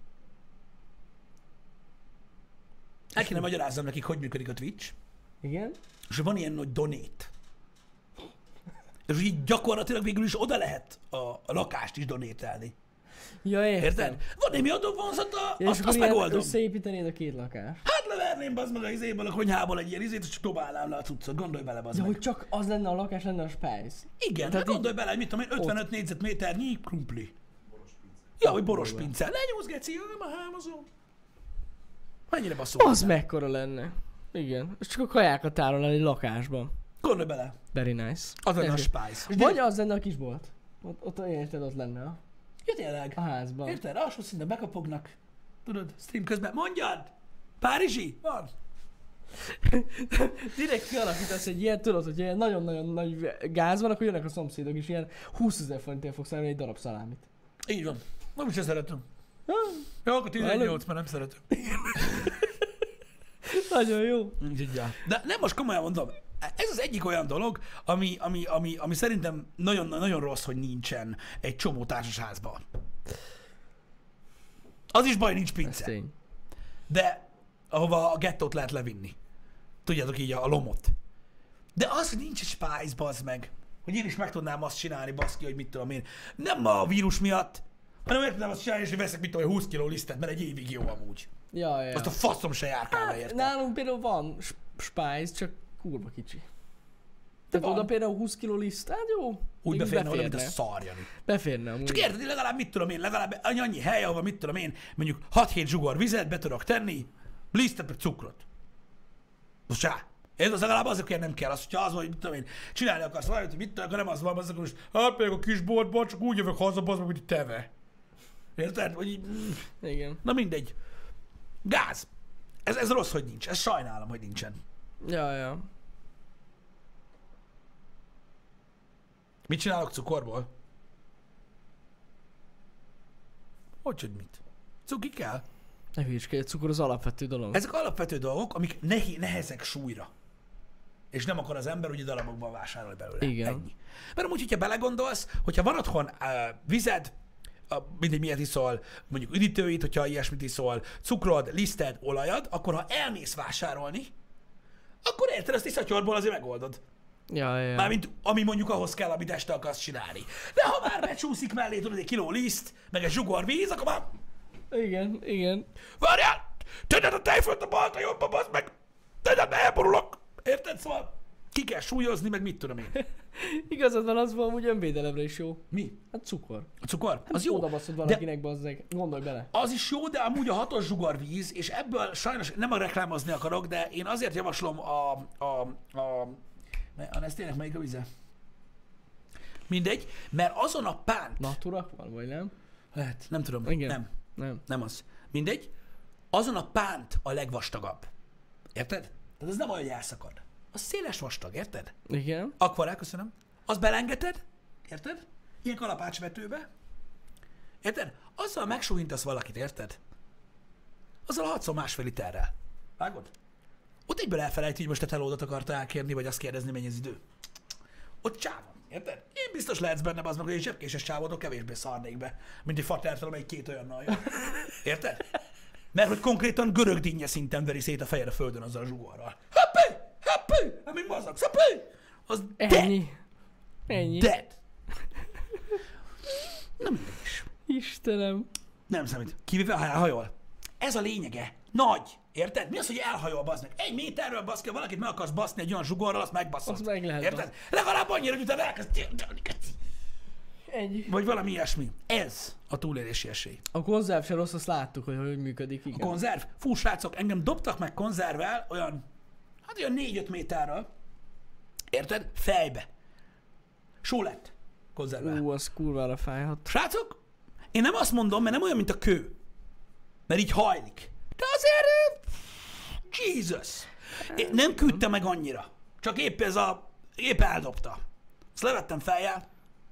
El kéne magyarázzam nekik, hogy működik a Twitch. Igen? És van ilyen nagy donate. És így gyakorlatilag végül is oda lehet a, a lakást is donételni. Ja, értem. Érted? Van némi adóvonzata, Ja, azt, azt megoldom. összeépítenéd a két lakást. Hát leverném bazd meg a izéből, a konyhából egy ilyen izét, és csak dobálnám le a cuccot. Gondolj bele, bazd Ja, meg. hogy csak az lenne a lakás, lenne a spice. Igen, Tehát hát gondolj bele, hogy mit tudom én, ötvenöt négyzetméternyi krumpli. Ja, hogy boros pince. Lenyúlsz, geci, nem a hámozom. Mennyire basszol? Az mekkora lenne. Igen. És csak a kajákat tárol el egy lakásban. Gondolj bele. Very nice. Az lenne a Ez- spice. Vagy az lenne a kisbolt. Ott, ott érted, ott lenne a, Ja, tényleg. a házban. Érted? Alsó szinten bekapognak. Tudod, stream közben. Mondjad! Párizsi? Van. Direkt kialakítasz egy ilyet, tudod, hogy ilyen nagyon-nagyon nagy gáz van, akkor jönnek a szomszédok, és ilyen húszezer forintért fogsz venni egy darab szalámit. Így van. Nem is szeretem. Ha, Jó, akkor tizennyolc, mert nem szeretem. nagyon jó. Úgyhogy, ja. De nem, most komolyan mondom, ez az egyik olyan dolog, ami, ami, ami, ami szerintem nagyon, nagyon rossz, hogy nincsen egy csomó társasházban. Az is baj, nincs Ez pince. tény. De ahova a gettót lehet levinni. Tudjátok így a, a lomot. De az, hogy nincs egy spice, bazd meg. Hogy én is meg tudnám azt csinálni, baszki, hogy mit tudom én. Nem a vírus miatt, hanem meg tudnám azt csinálni, és hogy veszek mit tudom én, húsz kiló lisztet, mert egy évig jó amúgy. Ja, ja. Azt a faszom se járkál le Hát, érte. nálunk például van sp- spice, csak kurva kicsi. Tehát van. oda például húsz kiló liszt, hát jó. Úgy Végül beférne oda, mint a beférne. szarjani. Beférne amúgy. Csak érted, legalább mit tudom én, legalább annyi, annyi hely, ahol mit tudom én, mondjuk hat-hét zsugor vizet be tudok tenni, lisztet meg cukrot. Most rá. Érted, az legalább azért nem kell. Az, hogyha az van, hogy mit tudom én, csinálni akarsz valamit, hogy mit tudom, akkor nem az van, az akkor most, hát például a kis boltban, csak úgy jövök haza, az meg, hogy teve. Érted? Hogy így, mm, Igen. na mindegy. Gáz. Ez, ez rossz, hogy nincs. Ez sajnálom, hogy nincsen. Ja, ja. Mit csinálok cukorból? Hogy, hogy mit? Cuki kell? Ne hülyeskedj, cukor az alapvető dolog. Ezek alapvető dolgok, amik nehi, nehezek súlyra. És nem akar az ember ugye darabokban vásárolni belőle. Igen. Ennyi. Mert amúgy, hogyha belegondolsz, hogyha van otthon uh, vized, uh, mindegy miért iszol, mondjuk üdítőit, hogyha ilyesmit iszol, cukrod, liszted, olajad, akkor ha elmész vásárolni, akkor érted, ezt iszatyorból azért megoldod. Ja, ja. Mármint ami mondjuk ahhoz kell, amit este akarsz csinálni. De ha már becsúszik mellé, tudod, egy kiló liszt, meg egy zsugor víz, akkor már... Igen, igen. Várjál! Tegyed a tejfölt a balta jobba, bazd meg! Tegyed, mert elborulok! Érted? Szóval ki kell súlyozni, meg mit tudom én. Igazad van, az van, hogy önvédelemre is jó. Mi? Hát cukor. A cukor? Az Az jó. oda baszod valakinek, bazzeg. Gondolj bele. Az is jó, de amúgy a hatos zsugarvíz, és ebből sajnos nem a reklámozni akarok, de én azért javaslom a... a, a a Nestének melyik a vize? Mindegy, mert azon a pánt... Naturak van, vagy nem? Lehet, nem tudom. Igen. Nem, Nem. nem az. Mindegy, azon a pánt a legvastagabb. Érted? Tehát ez nem olyan, hogy elszakad. Az széles vastag, érted? Igen. Akvarel, köszönöm. Azt belengeted, érted? Ilyen kalapácsvetőbe. Érted? Azzal megsúhintasz valakit, érted? Azzal hatszor másfél literrel. Vágod? Ott egyből elfelejti, hogy most te telódot akarta elkérni, vagy azt kérdezni, mennyi az idő. Ott csávon. Érted? Én biztos lehetsz benne, az meg, hogy egy zsebkéses csávódok kevésbé szarnék be, mint egy fatertől, amelyik két olyannal jön. Érted? Mert hogy konkrétan görög dinnye szinten veri szét a fejed a földön azzal a zsugorral. Happy! Happy! Amíg mozogsz, happy! Az Ennyi. dead. Ennyi. Dead. Nem mindegy is. Istenem. Nem számít. Kivéve, ha elhajol. Ez a lényege. Nagy. Érted? Mi az, hogy elhajol, bazd meg? Egy méterről basz ki, valakit meg akarsz baszni egy olyan zsugorral, azt megbaszod. Azt meg lehet Érted? Legalább annyira, hogy utána elkezd... Ennyi. Vagy valami ilyesmi. Ez a túlélési esély. A konzerv se rossz, azt láttuk, hogy hogy működik. A Igen. konzerv? Fú, srácok, engem dobtak meg konzervvel olyan, hát olyan négy-öt méterről. Érted? Fejbe. Só lett konzervvel. Ú, az kurvára fájhat. Srácok, én nem azt mondom, mert nem olyan, mint a kő. Mert így hajlik. De azért... Jesus! Én nem küldte meg annyira. Csak épp ez a... épp eldobta. Ezt levettem feljel.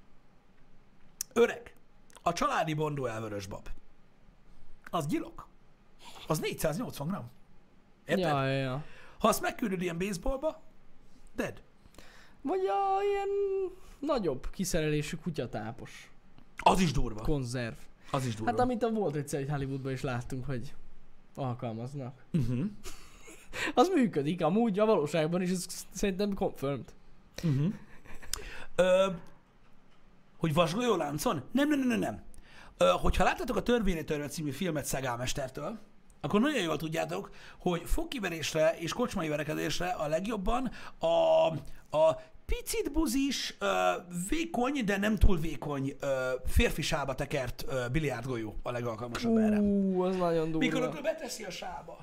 Öreg. A családi bondó elvörösbab. Az gyilok. Az négyszáznyolcvan gramm. Érted? Ja, ja, ja. Ha azt megküldöd ilyen baseballba, dead. Vagy a ilyen nagyobb kiszerelésű kutyatápos Az is durva. konzerv. Az is durva. Hát amit a volt egyszer egy Hollywoodban is láttunk, hogy alkalmaznak. Uh-huh. Az működik, amúgy a valóságban is, ez szerintem confirmed. Uh-huh. Ö, hogy vasgolyó láncon? Nem, nem, nem, nem, nem. Ö, hogyha láttátok a Törvényre törve című filmet Szegálmestertől, akkor nagyon jól tudjátok, hogy fogkiverésre és kocsmai verekedésre a legjobban a, a picit buzis, ö, vékony, de nem túl vékony ö, férfi sába tekert ö, biliárdgolyó a legalkalmasabb erre. Ú, az nagyon durva. Mikor akkor beteszi a sába.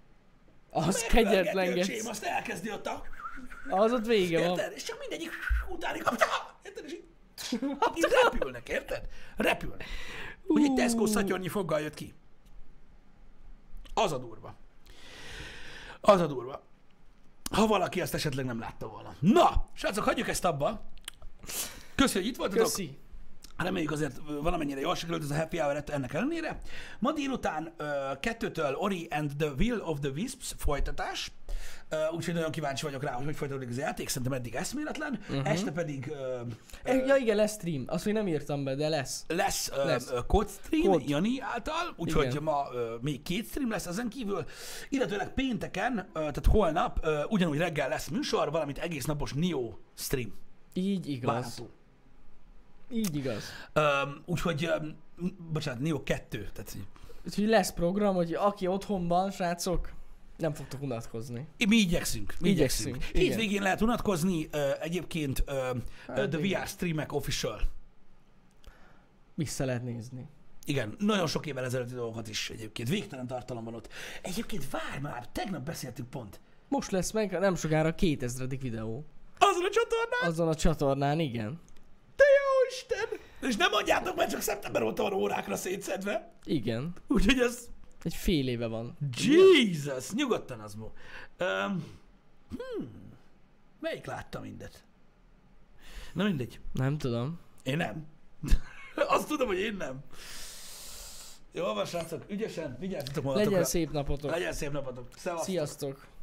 Az kegyetlen gec. gec. Azt elkezdi ott a... Az ott vége van. Érted? És csak mindegyik utáni kapja. Érted? És így, így repülnek, érted? Repülnek. Úgy egy Tesco szatyornyi foggal jött ki. Az a durva. Az a durva. Ha valaki ezt esetleg nem látta volna. Na, srácok, hagyjuk ezt abba. Köszi, hogy itt voltatok. Köszi. Reméljük azért valamennyire jól sikerült ez a happy hour ennek ellenére. Ma délután uh, kettőtől Ori and the Will of the Wisps folytatás. Uh, úgyhogy nagyon kíváncsi vagyok rá, hogy hogy folytatódik az játék. Szerintem eddig eszméletlen. Uh-huh. Este pedig... Uh, uh, ja igen, lesz stream. Azt még nem írtam be, de lesz. Lesz, uh, lesz. Uh, code stream Code. Jani által, úgyhogy Igen. ma uh, még két stream lesz ezen kívül. Illetőleg pénteken, uh, tehát holnap uh, ugyanúgy reggel lesz műsor, valamint egész napos Nio stream. Így igaz. Várható. Így igaz. Um, úgyhogy, um, bocsánat, Nio kettő. Tehát, így- Úgyhogy lesz program, hogy aki otthonban, srácok, nem fogtok unatkozni. mi igyekszünk. Mi igyekszünk. Igyekszünk, igen. Hétvégén lehet unatkozni, uh, egyébként uh, Hát uh, The igen. vé er Streamek Official. Vissza lehet nézni. Igen, nagyon sok évvel ezelőtti dolgokat is egyébként. Végtelen tartalom van ott. Egyébként várj már, tegnap beszéltünk pont. Most lesz meg nem sokára a kétezredik videó. Azon a csatornán? Azon a csatornán, igen. De jó Isten! És nem mondjátok, mert csak szeptember óta van órákra szétszedve. Igen. Úgyhogy ez... Egy fél éve van. Jesus! Nyugodtan az mo. Um, hmm. Melyik látta mindet? Na mindegy. Nem tudom. Én nem. Azt tudom, hogy én nem. Jó van, srácok, ügyesen, vigyázzatok magatokra. Legyen szép napotok. Legyen szép napotok. Szevasztok. Sziasztok.